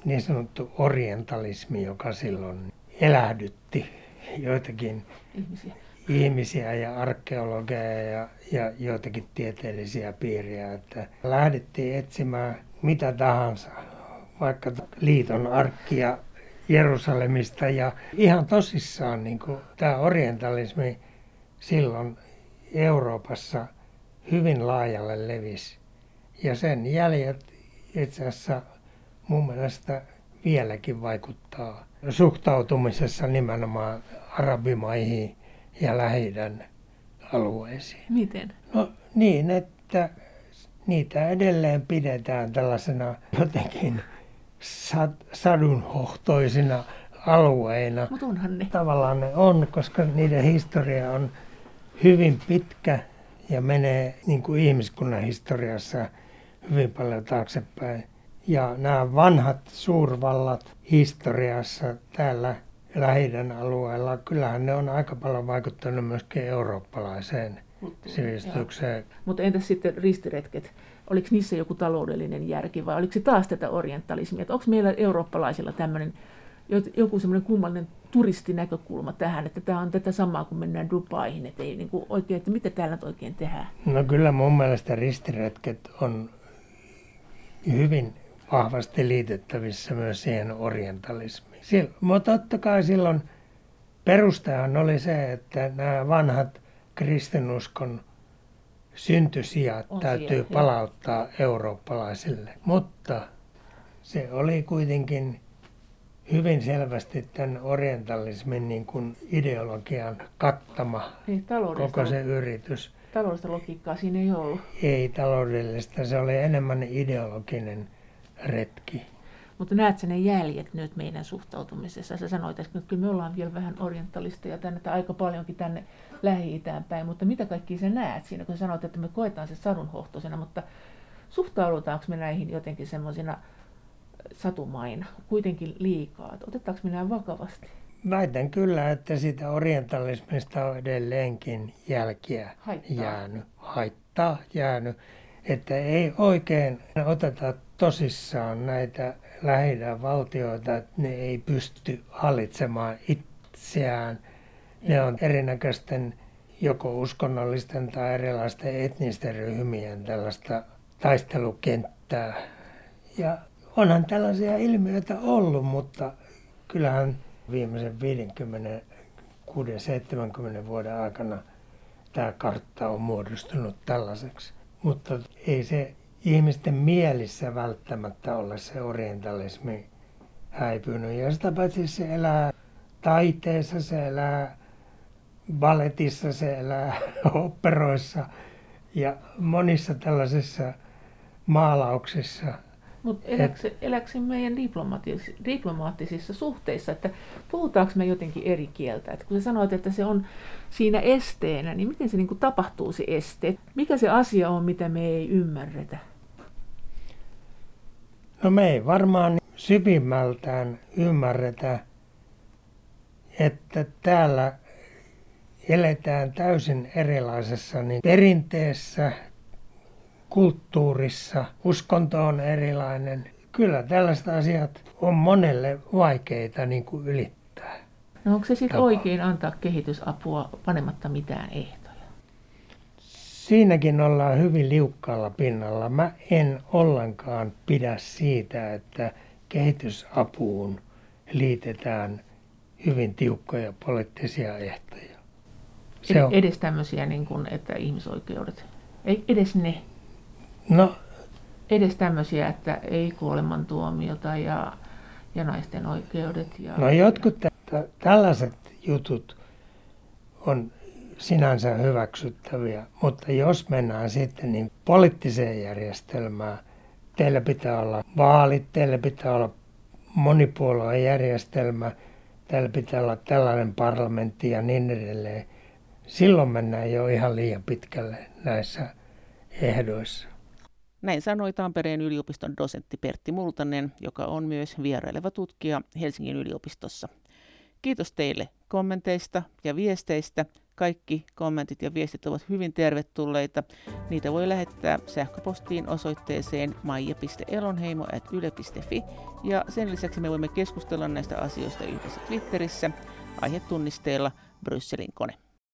niin sanottu orientalismi, joka silloin elähdytti joitakin ihmisiä, ihmisiä ja arkeologeja ja, ja joitakin tieteellisiä piiriä, että lähdettiin etsimään mitä tahansa, vaikka liiton arkkia Jerusalemista ja ihan tosissaan niin kuin tämä orientalismi silloin Euroopassa hyvin laajalle levisi. Ja sen jäljet itse asiassa mun mielestä vieläkin vaikuttaa suhtautumisessa nimenomaan arabimaihin ja Lähi-idän alueisiin. Miten? No niin, että niitä edelleen pidetään tällaisena jotenkin sad- sadunhohtoisina alueina. Mutta onhan ne. Tavallaan ne on, koska niiden historia on hyvin pitkä ja menee niin kuin ihmiskunnan historiassa hyvin paljon taaksepäin. Ja nämä vanhat suurvallat historiassa täällä Lähi-idän alueella, kyllähän ne on aika paljon vaikuttanut myöskin eurooppalaiseen sivistykseen. Mutta entäs sitten ristiretket? Oliko niissä joku taloudellinen järki vai oliko se taas tätä orientalismia? Onko meillä eurooppalaisilla tämmöinen joku semmoinen kummallinen turistinäkökulma tähän, että tämä on tätä samaa kuin mennään Dubaihin, että ei niin kuin oikein, että mitä täällä nyt oikein tehdään? No kyllä mun mielestä ristiretket on hyvin vahvasti liitettävissä myös siihen orientalismiin. Mutta totta kai silloin perustahan oli se, että nämä vanhat kristinuskon syntysijat on täytyy siellä, palauttaa jo. eurooppalaisille. Mutta se oli kuitenkin hyvin selvästi tämän orientalismin niin kuin ideologian kattama niin, koko se yritys. Taloudellista logiikkaa siinä ei ollut. Ei taloudellista, se oli enemmän ideologinen retki. Mutta näet sä ne jäljet nyt meidän suhtautumisessa? Sä sanoit, että kyllä me ollaan vielä vähän orientalisteja tänne, tai aika paljonkin tänne Lähi-itään päin, mutta mitä kaikkia sä näet siinä, kun sä sanoit, että me koetaan se sadunhohtoisena, mutta suhtaudutaanko me näihin jotenkin semmoisina satumaina, kuitenkin liikaa? Otetaanko me nämä vakavasti? Väitän kyllä, että siitä orientalismista on edelleenkin jälkiä Haittaa. jäänyt, haittaa jäänyt, että ei oikein oteta tosissaan näitä Lähi-idän valtioita, että ne ei pysty hallitsemaan itseään. Ne on erinäköisten joko uskonnollisten tai erilaisten etnisten ryhmien tällaista taistelukenttää. Ja onhan tällaisia ilmiöitä ollut, mutta kyllähän viimeisen viisikymmentäkuusi seitsemänkymmentä vuoden aikana tämä kartta on muodostunut tällaiseksi. Mutta ei se ihmisten mielissä välttämättä ole se orientalismi häipynyt. Ja sitä paitsi se elää taiteessa, se elää balletissa, se elää operoissa ja monissa tällaisissa maalauksissa. Mutta eläkö se meidän diplomaattis, diplomaattisissa suhteissa, että puhutaanko me jotenkin eri kieltä? Että kun sä sanoit, että se on siinä esteenä, niin miten se niin kuin tapahtuu se este? Mikä se asia on, mitä me ei ymmärretä? No me ei varmaan syvimmältään ymmärretä, että täällä eletään täysin erilaisessa niin perinteessä, kulttuurissa, uskonto on erilainen. Kyllä tällaiset asiat on monelle vaikeita niin kuin ylittää. No onko se sitten Tapa. oikein antaa kehitysapua panematta mitään ehtoja? Siinäkin ollaan hyvin liukkaalla pinnalla. Mä en ollenkaan pidä siitä, että kehitysapuun liitetään hyvin tiukkoja poliittisia ehtoja. Se on edes tämmöisiä, niin kuin, että ihmisoikeudet, ei edes ne. No, edes tämmöisiä, että ei kuolemantuomiota ja, ja naisten oikeudet. Ja, no jotkut t- tällaiset jutut on sinänsä hyväksyttäviä, mutta jos mennään sitten niin poliittiseen järjestelmään, teillä pitää olla vaalit, teillä pitää olla monipuoluejärjestelmä, teillä pitää olla tällainen parlamentti ja niin edelleen. Silloin mennään jo ihan liian pitkälle näissä ehdoissa. Näin sanoi Tampereen yliopiston dosentti Pertti Multanen, joka on myös vieraileva tutkija Helsingin yliopistossa. Kiitos teille kommenteista ja viesteistä. Kaikki kommentit ja viestit ovat hyvin tervetulleita. Niitä voi lähettää sähköpostiin osoitteeseen maija piste elonheimo ät yle piste fi ja sen lisäksi me voimme keskustella näistä asioista yhdessä Twitterissä aihetunnisteella Brysselin kone.